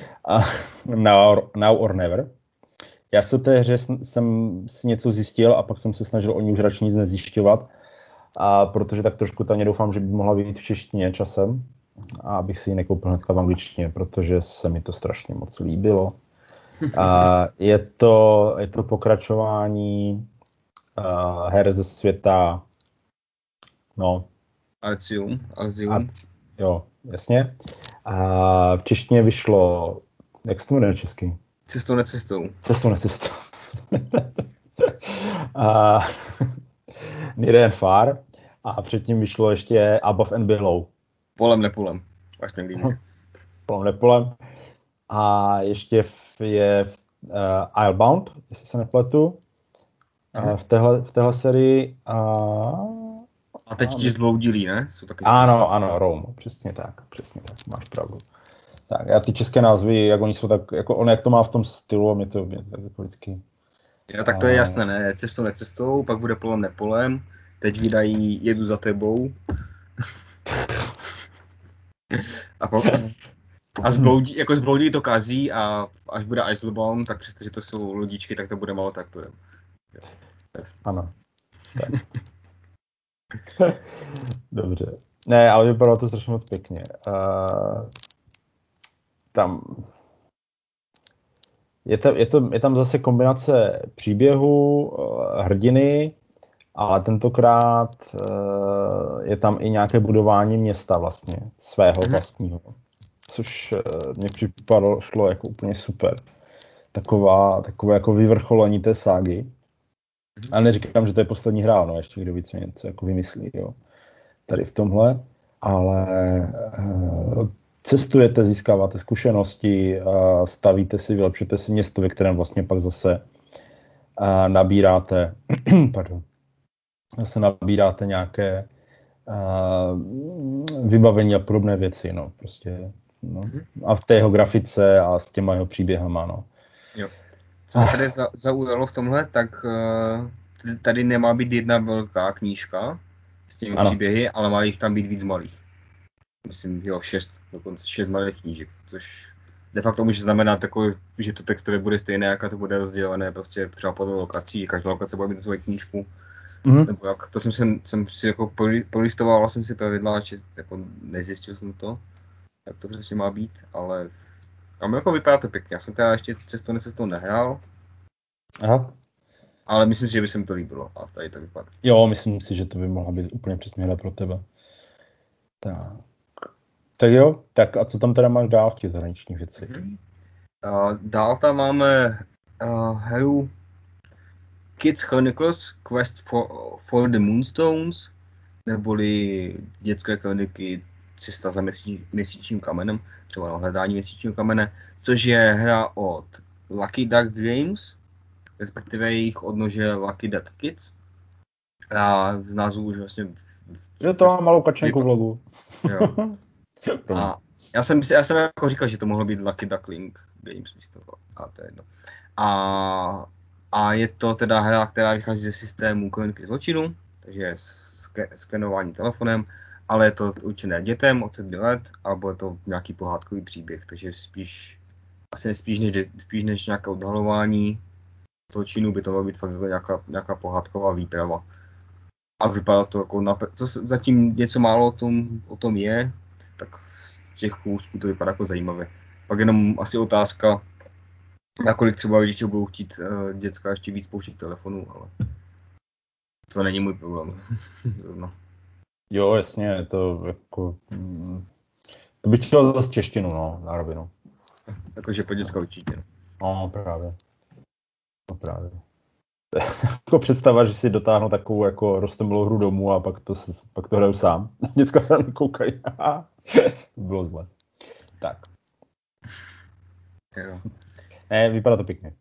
S1: Now or Never. Já se té hře jsem si něco zjistil a pak jsem se snažil o ní už radši nic nezjišťovat, protože tak trošku tam doufám, že by mohla vyjít v češtině časem, a abych si ji nekoupil hnedka v angličtině, protože se mi to strašně moc líbilo. Je to pokračování her ze světa, no.
S2: Elysium.
S1: Jo, jasně. V češtině vyšlo, jak se to jmenuje česky?
S2: Cestou necestou.
S1: Near and Far. A předtím vyšlo ještě Above and Below.
S2: Polem nepolem. Vlastně líbí.
S1: Polem nepolem. A ještě je Islebound, jestli se nepletu. V téhle sérii.
S2: A teď ti zbloudilí, ne? Jsou taky
S1: ano, Rome, přesně tak, máš pravdu. Tak, já ty české názvy, jak oni jsou tak, jako on, jak to má v tom stylu, a mě to jako vždycky.
S2: Jo, tak to je jasné, ne? Cestou necestou, pak bude polem nepolem, teď vydají Jedu za tebou. A zbloudí to kazí a až bude Islebound, tak přestože to jsou lodičky, tak to bude malo taktorem.
S1: Ano. Tak. Dobře. Ne, ale vypadalo to strašně moc pěkně. Tam je tam zase kombinace příběhu, hrdiny, ale tentokrát je tam i nějaké budování města vlastně, svého vlastního. Což mě šlo jako úplně super. Takové jako vyvrcholení té ságy. A neříkám, že to je poslední hra, no, ještě kdo víc něco jako vymyslí, jo. Tady v tomhle, ale cestujete, získáváte zkušenosti, stavíte si, vylepšujete si město, ve kterém vlastně pak zase nabíráte nějaké vybavení a podobné věci, no, prostě, no. A v té jeho grafice a s těma jeho příběhama, no.
S2: Jo. Co mě tady zaujalo v tomhle, tak tady nemá být jedna velká knížka s těmi příběhy, ale má jich tam být víc malých. Myslím, jo, 6 malých knížek, což de facto může znamenat takový, že to textově bude stejné, jak to bude rozdělené prostě třeba podle lokací, každá lokace bude mít svoji knížku. Nebo jak, to jsem si jako polistoval, jsem si pravidla, že jako nezjistil jsem to, jak to přesně má být, ale tam jako vypadá to pěkně. Já jsem teda ještě cestou nehrál.
S1: Aha.
S2: Ale myslím si, že by se mi to líbilo a tady to vypadá.
S1: Jo, myslím si, že to by mohla být úplně přesně hra pro tebe. Tak jo, tak a co tam teda máš dál v těch zahraničních věcech?
S2: Dál tam máme hru Kids Chronicles Quest for the Moonstones, neboli dětské kroniky Cesta za měsíčním kamenem, třeba hledání měsíčního kamene, což je hra od Lucky Duck Games, respektive jejich odnože Lucky Duck Kids. A z názvu už vlastně...
S1: Je to má malou kačenku v logu.
S2: Jo. A já jsem jako říkal, že to mohlo být Lucky Duckling Games místo toho. A to je jedno. A je to teda hra, která vychází ze systému kroniky zločinu, takže skenování telefonem, ale je to určené dětem od 7 let, alebo je to nějaký pohádkový příběh, takže spíš než nějaké odhalování zločinu by to mohlo být fakt nějaká pohádková výprava. A vypadá to jako zatím něco málo o tom je, tak z těch kousků to vypadá jako zajímavě. Pak jenom asi otázka, nakolik třeba rodiče budou chtít děcka ještě víc pouštět telefonu, ale to není můj problém.
S1: Jo, jasně, to jako... To bych chtěl zase češtinu, no, na rovinu.
S2: Jakože po děcka určitě.
S1: No, právě. Jako představa, že si dotáhnu takovou jako roztomilou hru domů a pak to hraju sám. Děcka se mi koukají. Bylo zle. Tak.
S2: Jo.
S1: Ne, vypadá to pěkně.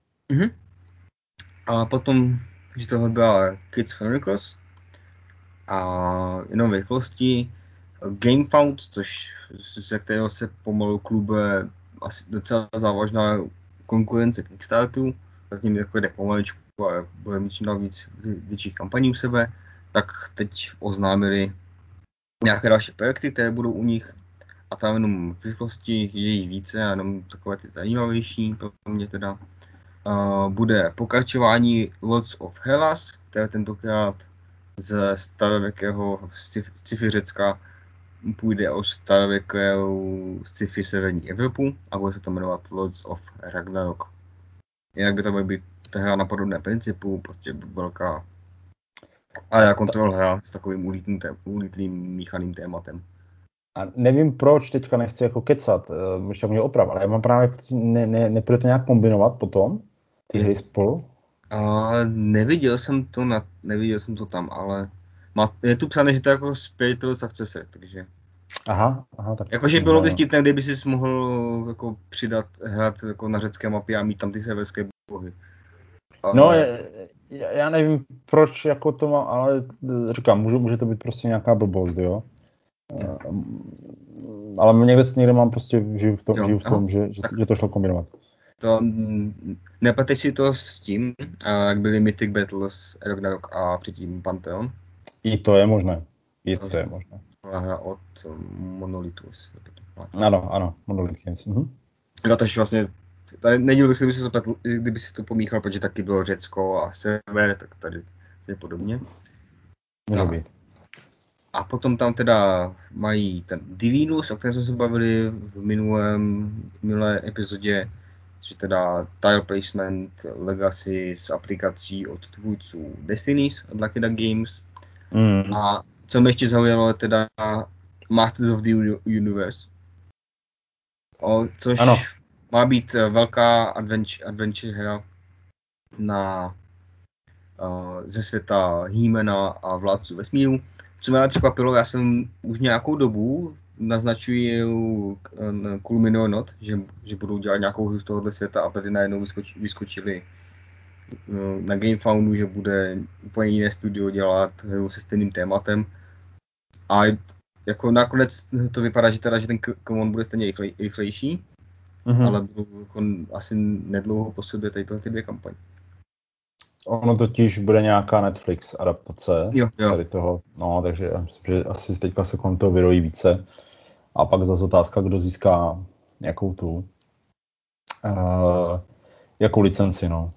S2: A potom, že tohle byla Kids Chronicles a jenom v rychlosti, GameFound, ze kterého se pomalu klube asi docela závažná konkurence Kickstarteru, zatím jako jde pomaličku a bude mít čím víc větších kampaní u sebe, tak teď oznámili nějaké další projekty, které budou u nich a tam jenom v rychlosti je jich více a jenom takové ty zajímavější pro mě teda. Bude pokračování Lords of Hellas, které tentokrát ze starověkého sci-fi Řecka půjde o starověkou sci-fi severní Evropu a bude se to jmenovat Lords of Ragnarok. Jinak by to bude být ta hra na podobné principu, prostě velká a kontrol hra s takovým ulítlým míchaným tématem.
S1: A nevím proč, teďka nechci jako kecat, možná mě oprav, ale já mám právě, nepůjde to nějak kombinovat potom, ty hry spolu?
S2: Neviděl jsem to tam, ale je tu psané, že to je jako Spiritual Successor, takže...
S1: Aha, tak...
S2: Jakože bylo by vtipné, kdyby si mohl jako přidat, hrát jako na řecké mapě a mít tam ty severské bohy. Ale...
S1: No, já nevím proč jako to má, ale říkám, může to být prostě nějaká blbost, jo? Ale někde mám prostě, žiju v tom, že to šlo kombinovat.
S2: To nepleteš si to s tím, jak byly Mythic Battles, Ragnarok a předtím Pantheon?
S1: I to je možné.
S2: Hra od Monolithu.
S1: Ano, Monolith Games.
S2: No, takže vlastně, tady nedíval bych se, kdyby si to pomíchal, protože taky bylo Řecko a sever, tak tady je podobně.
S1: Může být.
S2: A potom tam teda mají ten Divinus, o kterém jsme se bavili v minulé epizodě, že teda tile placement, legacy s aplikací od tvůrců Destinies od Lucky Duck Games. A co mě ještě zaujalo je teda Masters of the Universe, což má být velká adventure hra ze světa He-Mana a Vládců vesmíru. Co mě ale překvapilo, já jsem už nějakou dobu naznačuji Cool Mini or Not, že budou dělat nějakou hru z tohohle světa a tady najednou vyskočili na GameFoundu, že bude úplně jiné studio dělat hru se stejným tématem. A jako nakonec to vypadá, že ten Common bude stejně rychlejší, ale budou jako asi nedlouho po sobě tady ty dvě kampaně.
S1: Ono totiž bude nějaká Netflix adaptace
S2: jo.
S1: tady toho, no, takže já myslím, že asi teďka se kolem toho vyrojí více. A pak zase otázka, kdo získá jakou licenci, no.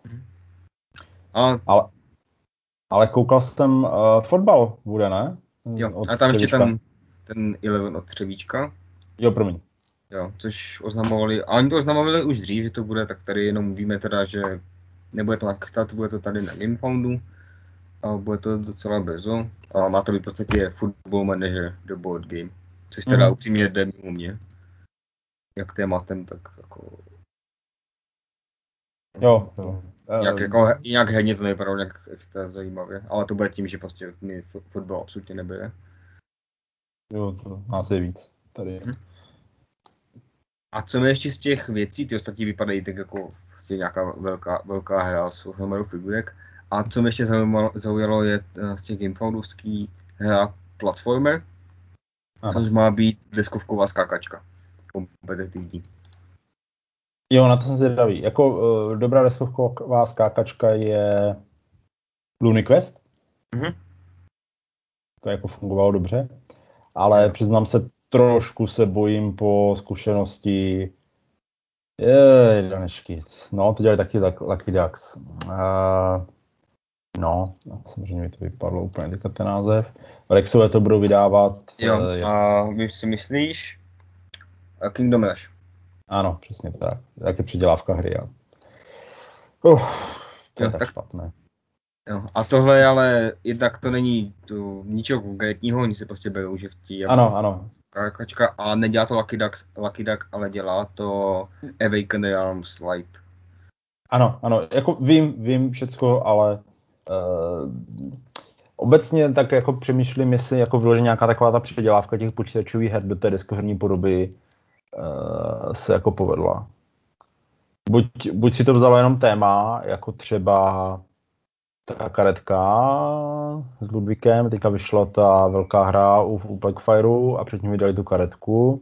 S1: Ale koukal jsem, fotbal bude, ne?
S2: Jo, a tam ještě ten 11 od Třebíčka.
S1: Jo, promiň.
S2: Jo, což oznamovali, a oni to oznamovali už dřív, že to bude, tak tady jenom víme teda, že nebude to na Kickstarteru, bude to tady na GameFoundu a bude to docela brzo a má to být v podstatě Football Manager The Board Game, což teda upřímně jde mimo mě, jak tématem, tak jako...
S1: Jo.
S2: Jak herně to nevypadalo nějak extra zajímavě, ale to bude tím, že prostě mi fotbal absolutně nebude.
S1: Jo, to nás je víc tady.
S2: A co mi ještě z těch věcí, ty ostatní vypadají tak jako vlastně nějaká velká hra s hromadou figurek. A co mě ještě zaujalo je z těch gamefoundovský hra Platformer, což má být deskovková skákačka. Kompetitivní.
S1: Jo, na to jsem zvědavý. Jako dobrá deskovková skákačka je Looney Quest. To jako fungovalo dobře. Ale přiznám se, trošku se bojím po zkušenosti. Danečky. No, to dělali taky Lucky Ducks. No, samozřejmě mi to vypadlo úplně teďka ten název. Rexové to budou vydávat.
S2: Jo, a vy si myslíš Kingdom Rush?
S1: Ano, přesně tak. Jak je předělávka hry. To je tak špatné.
S2: Jo, a tohle ale jednak to není ničeho konkrétního, oni se prostě berou, že chtějí
S1: ano.
S2: Skákačka a nedělá to Lucky Duck, ale dělá to Awaken Realms Light.
S1: Ano, jako vím všecko, ale obecně tak jako přemýšlím, jestli jako vyloženě nějaká taková ta předělávka těch počítačových her do té deskoherní podoby se jako povedla. Buď si to vzalo jenom téma, jako třeba ta karetka s Ludvíkem, teďka vyšla ta velká hra u Blackfireu a předtím vydali tu karetku.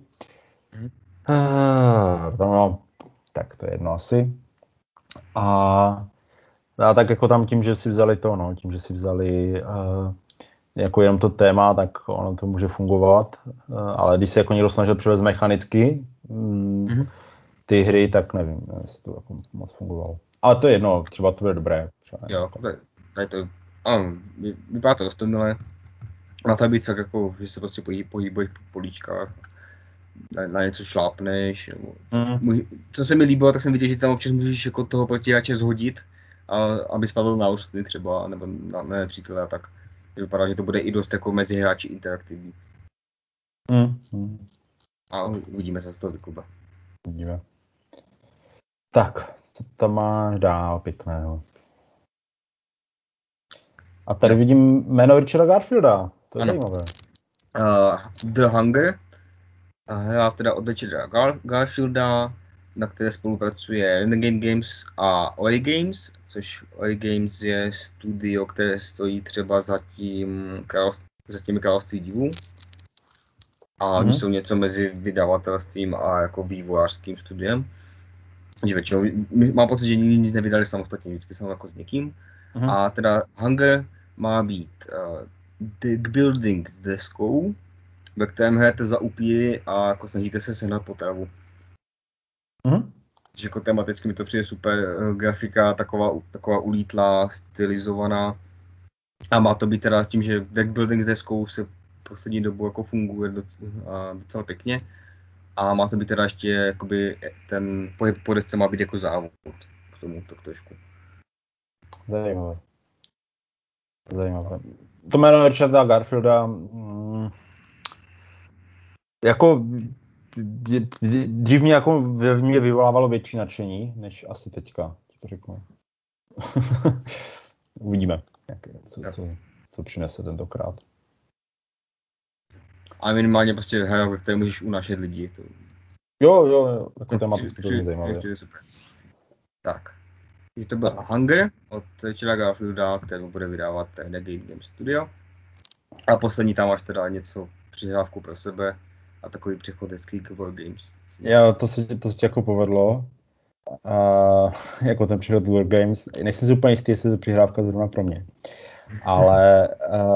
S1: No, tak to je jedno asi. A tak jako tam tím, že si vzali to, no, tím, že si vzali jako jenom to téma, tak ono to může fungovat. Ale když se jako někdo snažil převést mechanicky ty hry, tak nevím, jestli to jako moc fungovalo. Ale to je jedno, třeba to bude dobré.
S2: Jo, tady to, ano, vypadá to dostojné. Má to být tak jako, že se prostě pohybuješ po políčkách, na něco šlápneš. Co se mi líbilo, tak jsem viděl, že tam občas můžeš jako toho protiráče zhodit, aby spadl na ostny třeba, nebo na nepřítele a tak. Vypadá, že to bude i dost jako mezi hráči interaktivní. A uvidíme, co z toho vyklube.
S1: Uvidíme. Tak, co tam máš dál pěkného? A tady vidím jméno Richarda Garfielda, to je zajímavé.
S2: The Hunger, hra teda od Richarda Garfielda, na které spolupracuje Renegade Games a Ori Games, což Ori Games je studio, které stojí třeba za těmi Království divů. A oni jsou něco mezi vydavatelstvím a jako vývojářským studiem. Že většinou, mám pocit, že nikdy nic nevydali samostatně, vždycky jsou jako s někým. A teda Hunger má být deck building s deskou, ve kterém hrajete za upíry a jako snažíte se sehnat potravu. Takže jako tematicky mi to přijde super, grafika taková ulítlá, stylizovaná. A má to být teda tím, že deck building s deskou se poslední dobu jako funguje docela pěkně. A má to být teda ještě jakoby ten pohyb po desce má být jako závod k tomu tak trošku.
S1: Zajímavé. To jméno Richarda Garfielda jako dřív mě jako ve mně vyvolávalo větší nadšení, než asi teďka, ti to řeknu. Uvidíme, co přinese tentokrát.
S2: A minimálně prostě hra, ve které můžeš unášet lidi. To...
S1: Jo, jako tematicky to je zajímavé.
S2: Tak. To byl Hunger od Richarda Garfielda, který bude vydávat Renegade Games Studio. A poslední tam máš teda něco přihrávku pro sebe a takový přechod hezký k Wargames.
S1: Jo, to se ti jako povedlo. Jako ten přechod Wargames. Nejsem si úplně jistý, jestli to přihrávka zrovna pro mě. Ale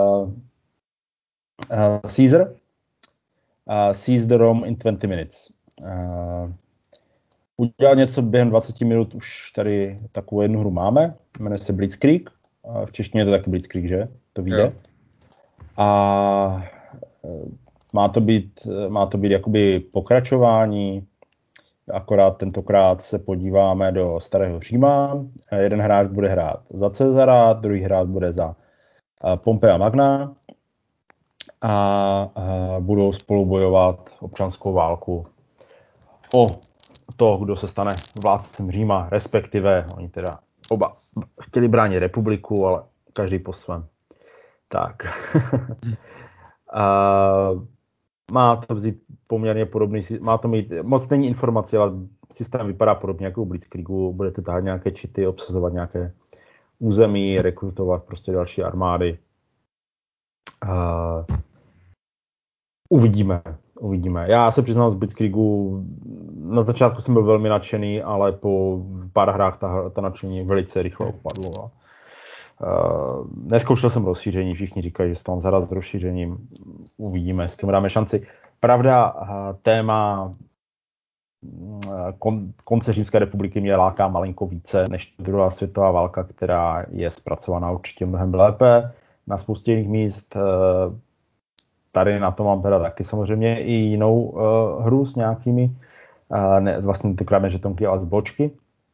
S1: Caesar Seize the ROM in 20 minutes. Udělal něco během 20 minut, už tady takovou jednu hru máme, jmenuje se Blitzkrieg, v češtině je to taky Blitzkrieg, že? To vyjde. Jo. A má to být jakoby pokračování, akorát tentokrát se podíváme do starého Říma, jeden hráč bude hrát za Cezara, druhý hráč bude za Pompea Magna a budou spolu bojovat občanskou válku o to, kdo se stane vládcem Říma, respektive oni teda oba chtěli bránit republiku, ale každý po svém. Tak. Má to vzít poměrně podobný, má to mít, moc není informací, ale systém vypadá podobně jako u Blitzkriegu, budete tahat nějaké čity, obsazovat nějaké území, rekrutovat prostě další armády. Uvidíme. Já se přiznám z Blitzkriegu, na začátku jsem byl velmi nadšený, ale po pár hrách ta nadšení velice rychle opadlo. Neskoušel jsem rozšíření, všichni říkají, že se tam zaraz s rozšířením. Uvidíme, jestli tomu dáme šanci. Pravda, téma konce Římské republiky mě láká malinko více než druhá světová válka, která je zpracovaná určitě mnohem lépe na spoustě jiných míst. Tady na to mám teda taky samozřejmě i jinou hru s nějakými, vlastně tentokrát ne žetonky, ale z bočky.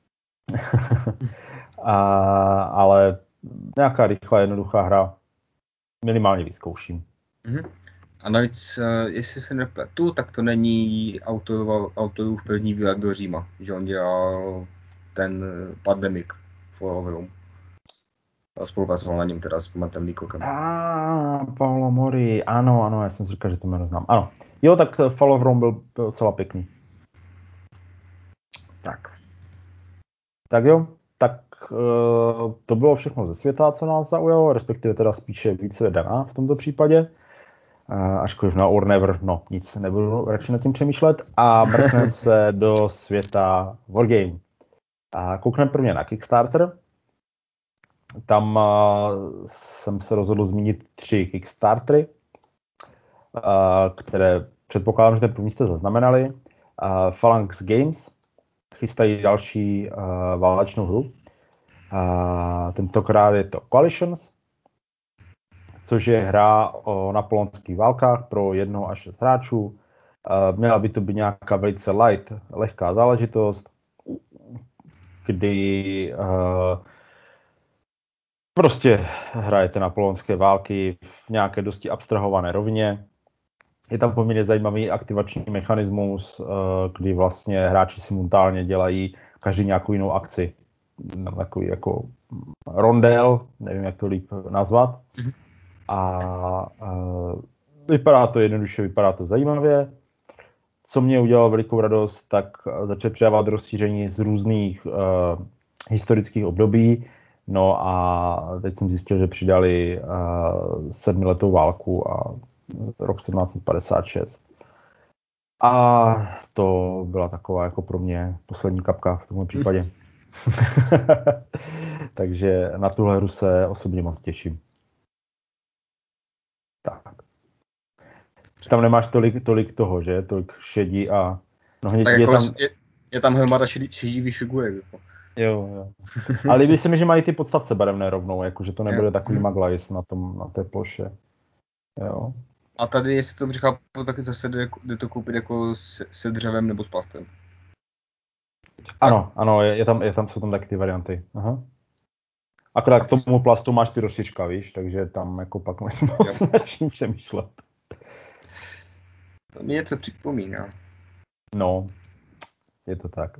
S1: Ale nějaká rychlá, jednoduchá hra minimálně vyzkouším.
S2: A navíc, jestli se nepletu, tak to není autorův první výlet do Říma, že on dělal ten Pandemic for Overwhelm. A spolupracoval na něm teda s Mattem Leacockem.
S1: Paolo Mori, ano, já jsem si říkal, že to jméno znám. Ano, jo, tak Fall of Rome byl docela pěkný. Tak jo, tak to bylo všechno ze světa, co nás zaujalo, respektive teda spíše více daná v tomto případě. Ačkoliv na or never, no nic, nebudu radši nad tím přemýšlet. A mrkneme se do světa Wargame. Koukneme prvně na Kickstarter. Tam jsem se rozhodl zmínit 3 Kickstartery, které předpokládám, že ten první jste zaznamenali. Phalanx Games chystají další válečnou hru. Tentokrát je to Coalitions, což je hra o napoleonských válkách pro 1 až 6 hráčů. Měla by to být nějaká velice lehká záležitost, kdy prostě hrajete napoleonské války v nějaké dosti abstrahované rovině. Je tam poměrně zajímavý aktivační mechanismus, kdy vlastně hráči simultánně dělají každý nějakou jinou akci. Takový jako rondel, nevím, jak to líp nazvat. A vypadá to jednoduše, vypadá to zajímavě. Co mě udělalo velikou radost, tak začat přidávat rozšíření z různých historických období. No a teď jsem zjistil, že přidali 7letou válku a rok 1756. A to byla taková jako pro mě poslední kapka v tomhle případě. Takže na tuhle hru se osobně moc těším. Tak. Tam nemáš tolik toho, že? Tolik šedí a...
S2: No, tak je, jako je tam hromada šedivých figurek. Jako.
S1: Jo. Ale líbí se mi, že mají ty podstavce barevné rovnou, jako, že to nebude takový maglajs na té ploše. Jo.
S2: A tady, jestli to chápu, tak zase jde to koupit jako se dřevem nebo s plastem.
S1: Ano, jsou tam taky ty varianty. Aha. Akorát k tomu plastu máš ty rozšiřka, víš, takže tam jako pak moc nad čím přemýšlet.
S2: To mi něco připomíná.
S1: No, je to tak.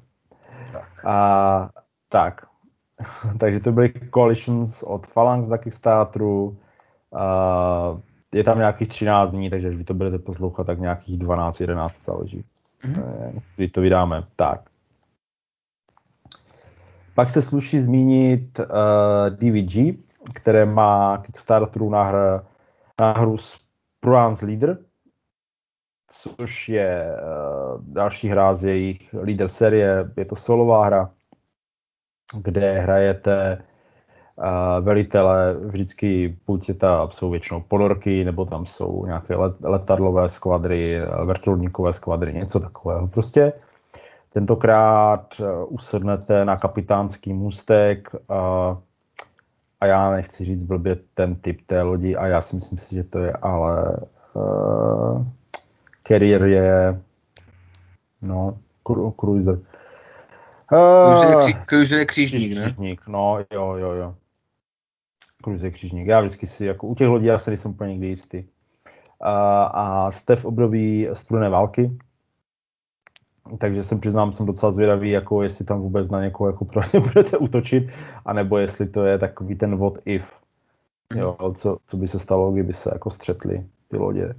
S2: Tak.
S1: Takže to byly Coalitions od Phalanx na Kickstarteru. Je tam nějakých 13 dní, takže když vy to budete poslouchat, tak nějakých 12-11 záleží. Kdy to vydáme. Tak. Pak se sluší zmínit DVG, které má Kickstarteru na hru Proance Leader, což je další hra z jejich Leader série. Je to solová hra, kde hrajete velitele, vždycky buď jsou většinou ponorky, nebo tam jsou nějaké letadlové skvadry, vrtulníkové skvadry, něco takového. Prostě tentokrát usednete na kapitánský můstek a já nechci říct blbě ten typ té lodi a já si myslím si, že to je ale carrier je cruiser.
S2: Cruiser je křížník, ne?
S1: Křížník, no jo. Cruiser je křížník. Já vždycky si, jako u těch lodí, já se nejsem úplně nikdy jistý. A jste v období studené války, takže jsem docela zvědavý, jako jestli tam vůbec na někoho jako budete útočit, anebo jestli to je takový ten what if. Jo, co by se stalo, kdyby se jako střetly ty lodě.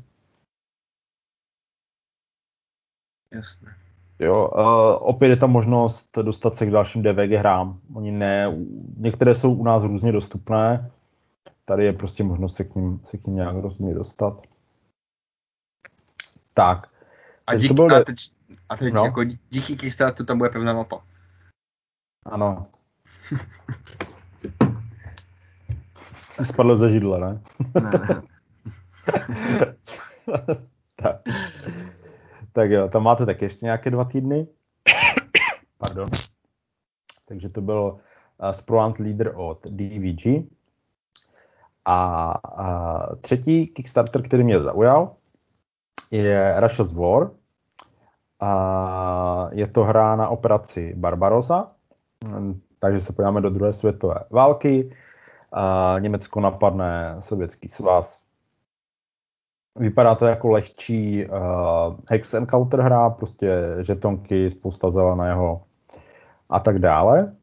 S2: Jasné.
S1: Jo, opět je tam možnost dostat se k dalším DVG hrám. Některé jsou u nás různě dostupné. Tady je prostě možnost se k ním nějak rozumně dostat. Tak.
S2: A teď jako díky Kickstarteru tam bude pevná mapa.
S1: Ano. Jsi spadl ze židle, ne?
S2: Ne.
S1: Tak jo, tam máte tak ještě nějaké 2 týdny. Pardon. Takže to byl Proance Leader od DVG. A třetí Kickstarter, který mě zaujal, je Russia's War. Je to hra na operaci Barbarossa. Takže se podíváme do druhé světové války. Německo napadne Sovětský svaz. Vypadá to jako lehčí hex encounter hra, prostě žetonky, spousta zeleného a tak dále.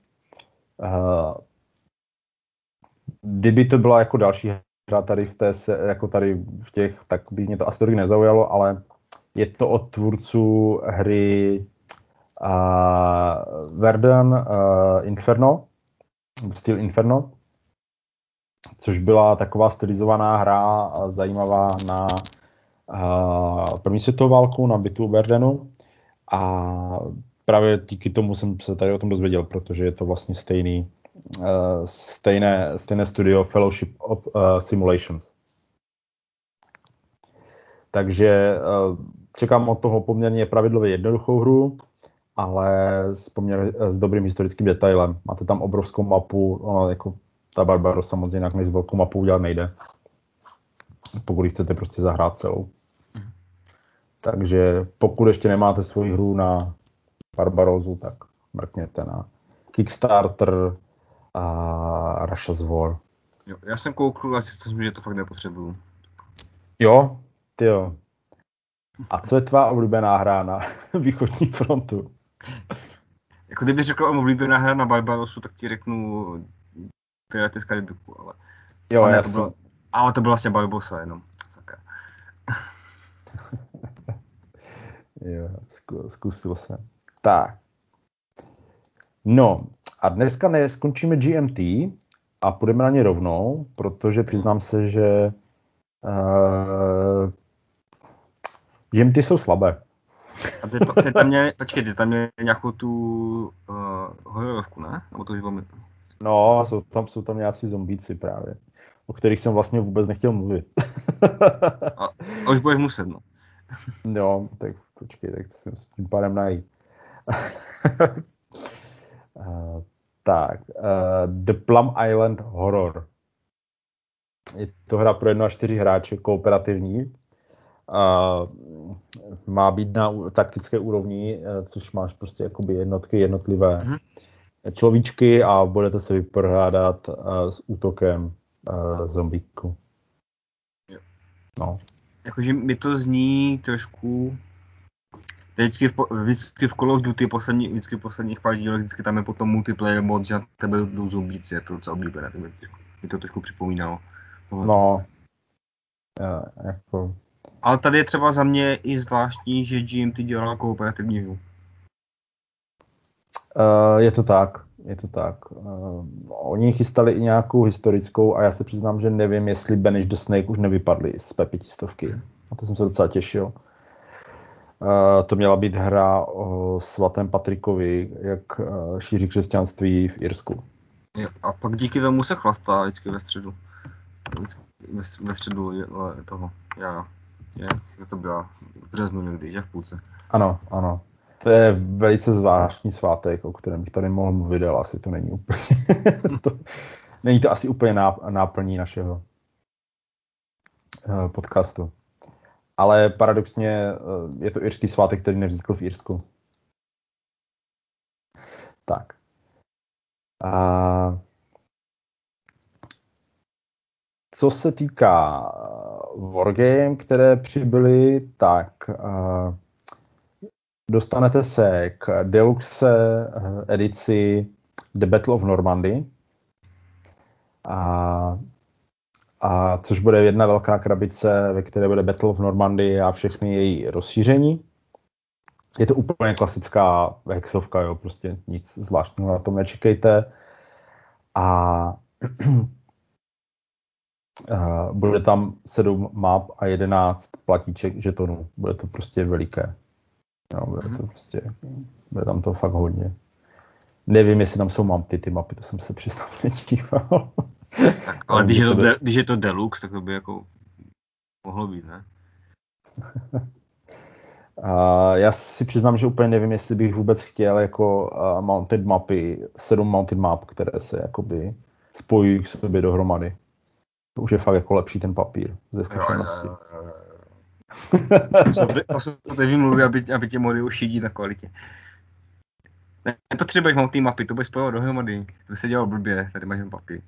S1: Kdyby to byla jako další hra tady v těch, tak by mě to asi tolik nezaujalo, ale je to od tvůrců hry Verdun Inferno, Steel Inferno, což byla taková stylizovaná hra zajímavá na první světovou válku, na bitvu u Verdenu. A právě díky tomu jsem se tady o tom dozvěděl, protože je to vlastně stejné studio Fellowship of Simulations. Takže čekám od toho poměrně pravidlově jednoduchou hru, ale s dobrým historickým detailem. Máte tam obrovskou mapu, ono jako ta Barbaros samozřejmě jinak než velkou mapu udělat nejde. Pokud chcete prostě zahrát celou. Takže pokud ještě nemáte svoji hru na Barbarosu, tak mrkněte na Kickstarter a Russia's War.
S2: Jo, já jsem koukl a si myslím, že to fakt nepotřebuju.
S1: Jo, tyjo. A co je tvá oblíbená hra na východní frontu?
S2: Jako kdyby řekl oblíbená hra na Barbarosu, tak ti řeknu Piraty z Karibiku, ale...
S1: Jo,
S2: ale to bylo vlastně Barbarosa jenom. Sakra.
S1: Jo, zkusil jsem. Tak. No, a dneska neskončíme GMT a půjdeme na ně rovnou, protože přiznám se, že GMT jsou slabé.
S2: A ty tam měli nějakou tu hororovku, ne? Nebo to už bylo...
S1: No, jsou tam nějací zombíci právě, o kterých jsem vlastně vůbec nechtěl mluvit.
S2: a už budeš muset, no.
S1: Jo, tak počkej, tak to si s tím pádem najít. The Plum Island Horror. Je to hra pro 1 až 4 hráče, kooperativní. Má být na taktické úrovni, což máš prostě jakoby jednotlivé človíčky a budete se vypořádat s útokem zombíku. No.
S2: Jakože mi to zní trošku... Vždycky v Call of Duty vždycky posledních pár dílech, vždycky tam je potom multiplayer mod, že na tebe jdou zombíci, je to docela oblíbené, mi to trošku připomínalo.
S1: No, jako...
S2: Ale tady je třeba za mě i zvláštní, že GMT dělala kooperativní hru.
S1: Je to tak. Oni chystali i nějakou historickou a já se přiznám, že nevím, jestli Banish the Snake už nevypadly z P500. A to jsem se docela těšil. To měla být hra o svatém Patrikovi, jak šíří křesťanství v Irsku.
S2: A pak díky tomu se chlastá vždycky ve středu. Ve středu toho. To byla v březnu někdy, že v půlce.
S1: Ano. To je velice zvláštní svátek, o kterém bych tady mohl mluvit, ale asi to není úplně... není to asi úplně náplní našeho podcastu. Ale paradoxně je to irský svátek, který nevznikl v Irsku. Tak. Co se týká Wargame, které přibyly, tak dostanete se k deluxe edici The Battle of Normandy, a což bude jedna velká krabice, ve které bude Battle of Normandy a všechny její rozšíření. Je to úplně klasická hexovka, jo, prostě nic zvláštního na tom nečekejte. A bude tam 7 map a 11 platíček žetonů. Bude to prostě veliké. No, bude tam to fakt hodně. Nevím, jestli tam jsou ty mapy, to jsem se přiznal nedíval.
S2: Tak, ale když je to deluxe, tak to by jako mohlo být, ne?
S1: Já si přiznám, že úplně nevím, jestli bych vůbec chtěl jako mounted mapy, 7 mounted map, které se jakoby spojují k sobě dohromady. To už je fakt jako lepší ten papír ze zkušenosti.
S2: To jsou ty výmluvy, aby tě mohli ušidit na kvalitě. Nepotřebuješ mounted mapy, to budeš spojovat dohromady. To by se dělalo blbě, tady máš jen papír.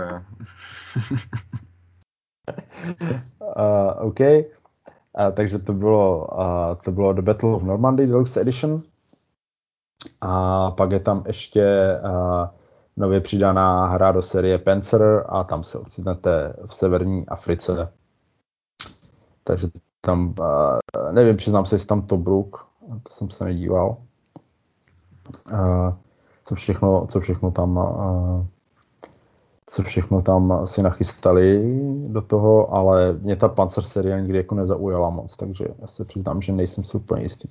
S1: OK. Takže to bylo The Battle of Normandy Deluxe Edition. A pak je tam ještě nově přidaná hra do série Panzer a tam se ocitnete v severní Africe. Takže tam, nevím, přiznám se, jestli tam Tobruk, to jsem se nedíval. Co všechno tam co všechno tam si nachystali do toho, ale mě ta Panzer série nikdy jako nezaujala moc, takže já se přiznám, že nejsem si úplně jistý,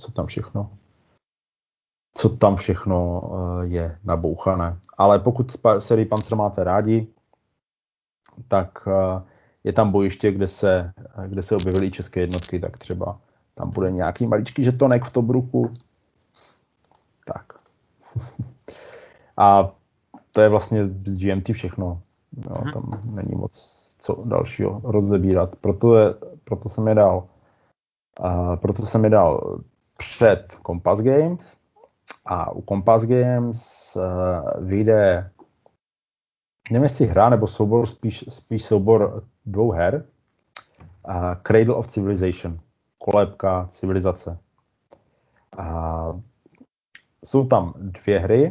S1: co tam všechno je nabouchané. Ale pokud sérii Panzer máte rádi, tak je tam bojiště, kde se objevily české jednotky, tak třeba tam bude nějaký maličký žetonek v Tobruku. Tak. A to je vlastně z GMT všechno. No, tam není moc co dalšího rozebírat. Proto jsem je dal před Compass Games a u Compass Games vyjde, nevím jestli hra nebo soubor, spíš soubor 2 her. Cradle of Civilization, kolébka civilizace. Jsou tam 2 hry.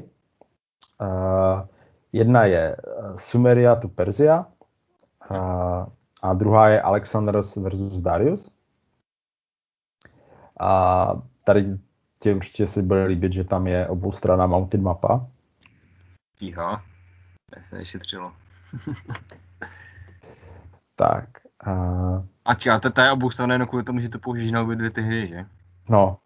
S1: Jedna je Sumeria to Persia a druhá je Alexandros versus Darius. A tady těm určitě si bude líbit, že tam je oboustranná mounted mapa.
S2: Jíha, tak se nešetřilo.
S1: Tak.
S2: A to je oboustranné jenom kvůli tomu, že to použiješ na obě 2 ty hry, že?
S1: No.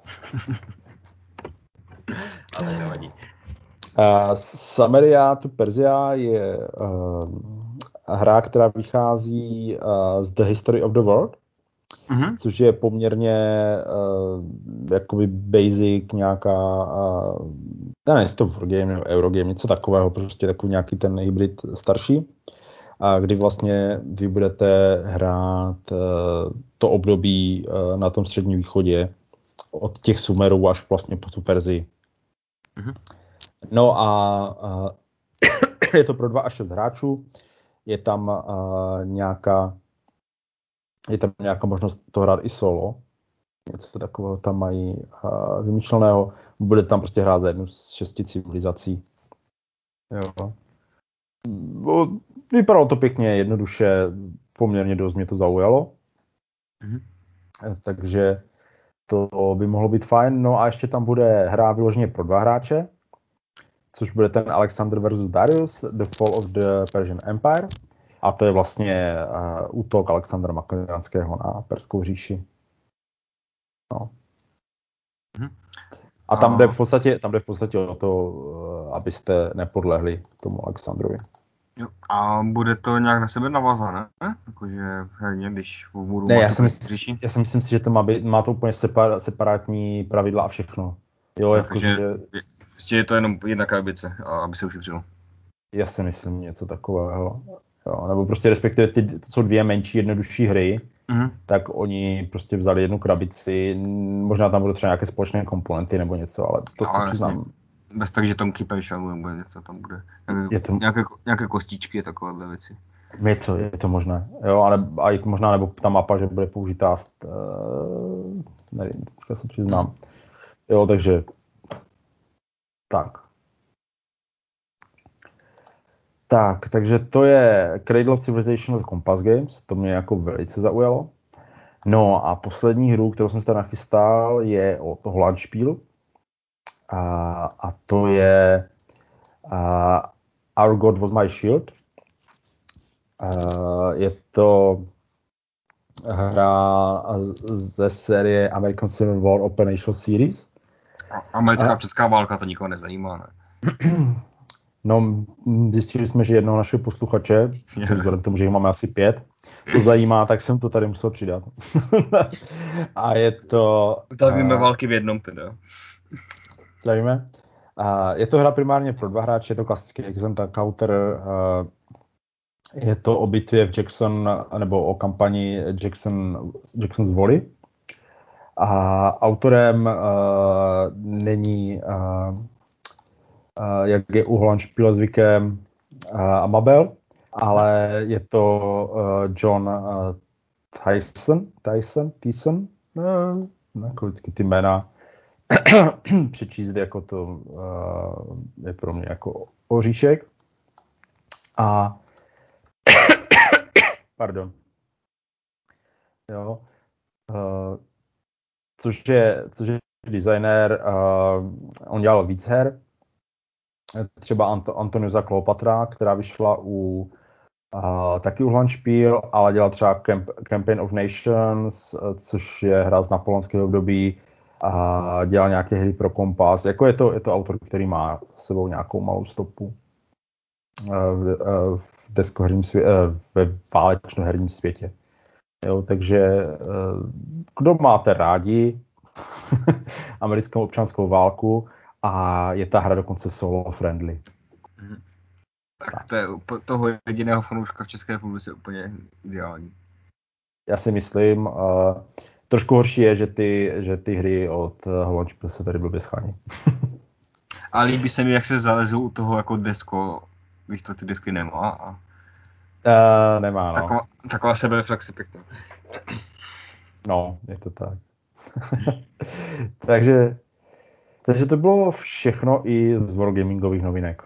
S2: Ale nevadí.
S1: Sumeria to Persia je hra, která vychází z The History of the World, což je poměrně jakoby basic nějaká, nevím, jestli to Wargame nebo Eurogame, něco takového, prostě takový nějaký ten hybrid starší, kdy vlastně vy budete hrát to období na tom středním východě od těch Sumerů až vlastně po tu Perzii. No a je to pro 2 až 6 hráčů, je tam nějaká možnost to hrát i solo, něco takového tam mají vymyšleného, bude tam prostě hrát za jednu z 6 civilizací. Jo. Vypadalo to pěkně, jednoduše, poměrně dost mě to zaujalo. Takže to by mohlo být fajn. No a ještě tam bude hra vyloženě pro 2 hráče, což bude ten Alexander versus Darius, The Fall of the Persian Empire. A to je vlastně útok Alexandra Makedonského na Perskou říši. No. A tam jde v podstatě o to, abyste nepodlehli tomu Alexandrovi.
S2: Jo. A bude to nějak na sebe navázané? Jakože herně, když budu...
S1: Ne, já si myslím, že to má to úplně separátní pravidla a všechno. Jo,
S2: takže prostě je to jenom jedna krabice, aby se ušetřilo.
S1: Já si myslím něco takového. Jo, nebo prostě respektive to jsou 2 menší, jednodušší hry, tak oni prostě vzali jednu krabici, možná tam budou třeba nějaké společné komponenty nebo něco, ale to si přiznám.
S2: Bez tak, že tam kypeš nebo něco tam bude. Nějaké kostičky, takovéhle věci.
S1: Je to možné, jo, a i možná nebo ta mapa, že bude použitá, nevím, já se přiznám. Jo, takže takže to je Cradle of Civilization od Compass Games, to mě jako velice zaujalo. No a poslední hru, kterou jsem se tady nachystal, je od Holandspiel. A to je Our God Was My Shield. Je to hra ze série American Civil War Open Nation Series.
S2: Americká občanská válka, to nikoho nezajímá, ne?
S1: No, zjistili jsme, že jednoho našeho posluchače, což vzhledem k tomu, že jich máme asi 5, to zajímá, tak jsem to tady musel přidat. A je to...
S2: Stavíme války v jednom teda.
S1: Stavíme. Je to hra primárně pro 2 hráče, je to klasický Exent Counter. Je to o bitvě v Jackson, nebo o kampani Jackson's Volley. A autorem není, jak je u Holandspiele zvykem, Amabel, ale je to John Tyson, jako vždycky ty jména přečíst jako to je pro mě jako oříšek. A pardon. Jo. Což je designér, on dělal víc her. třeba Antoniusa Kleopatra, která vyšla taky u Landspiel, ale dělá třeba Campaign of Nations, což je hra z napoleonského období, a dělá nějaké hry pro kompas. Jako je to autor, který má s sebou nějakou malou stopu v deskoherním ve válečnoherním světě. Jo, takže kdo máte rádi americkou občanskou válku a je ta hra dokonce solo friendly.
S2: Tak to je toho jediného fanouška v České republice úplně ideální.
S1: Já si myslím, trošku horší je, že ty hry od Launchpad se tady blbě schání.
S2: A líbí se mi, jak se zalezou u toho jako desko, když to ty desky nemá.
S1: Nemá, no.
S2: Taková sebereflexe pěkná.
S1: No, je to tak. takže to bylo všechno i z Wargamingových novinek.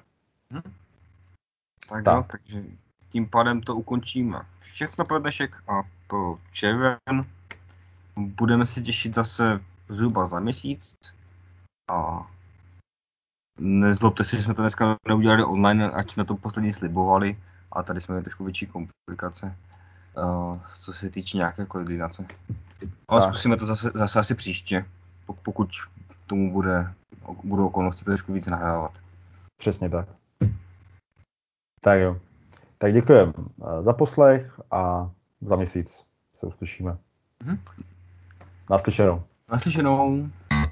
S2: Tak. Jo, takže tím pádem to ukončíme. Všechno pro dnešek a pro červen. Budeme se těšit zase zhruba za měsíc. A nezlobte se, že jsme to dneska neudělali online, ať jsme to poslední slibovali. A tady jsme měli trošku větší komplikace, co se týče nějaké koordinace. Ale zkusíme to zase asi příště, pokud tomu budou okolnosti trošku víc nahrávat.
S1: Přesně tak. Tak jo. Tak děkujem za poslech a za měsíc se uslyšíme. Naslyšenou.
S2: Naslyšenou.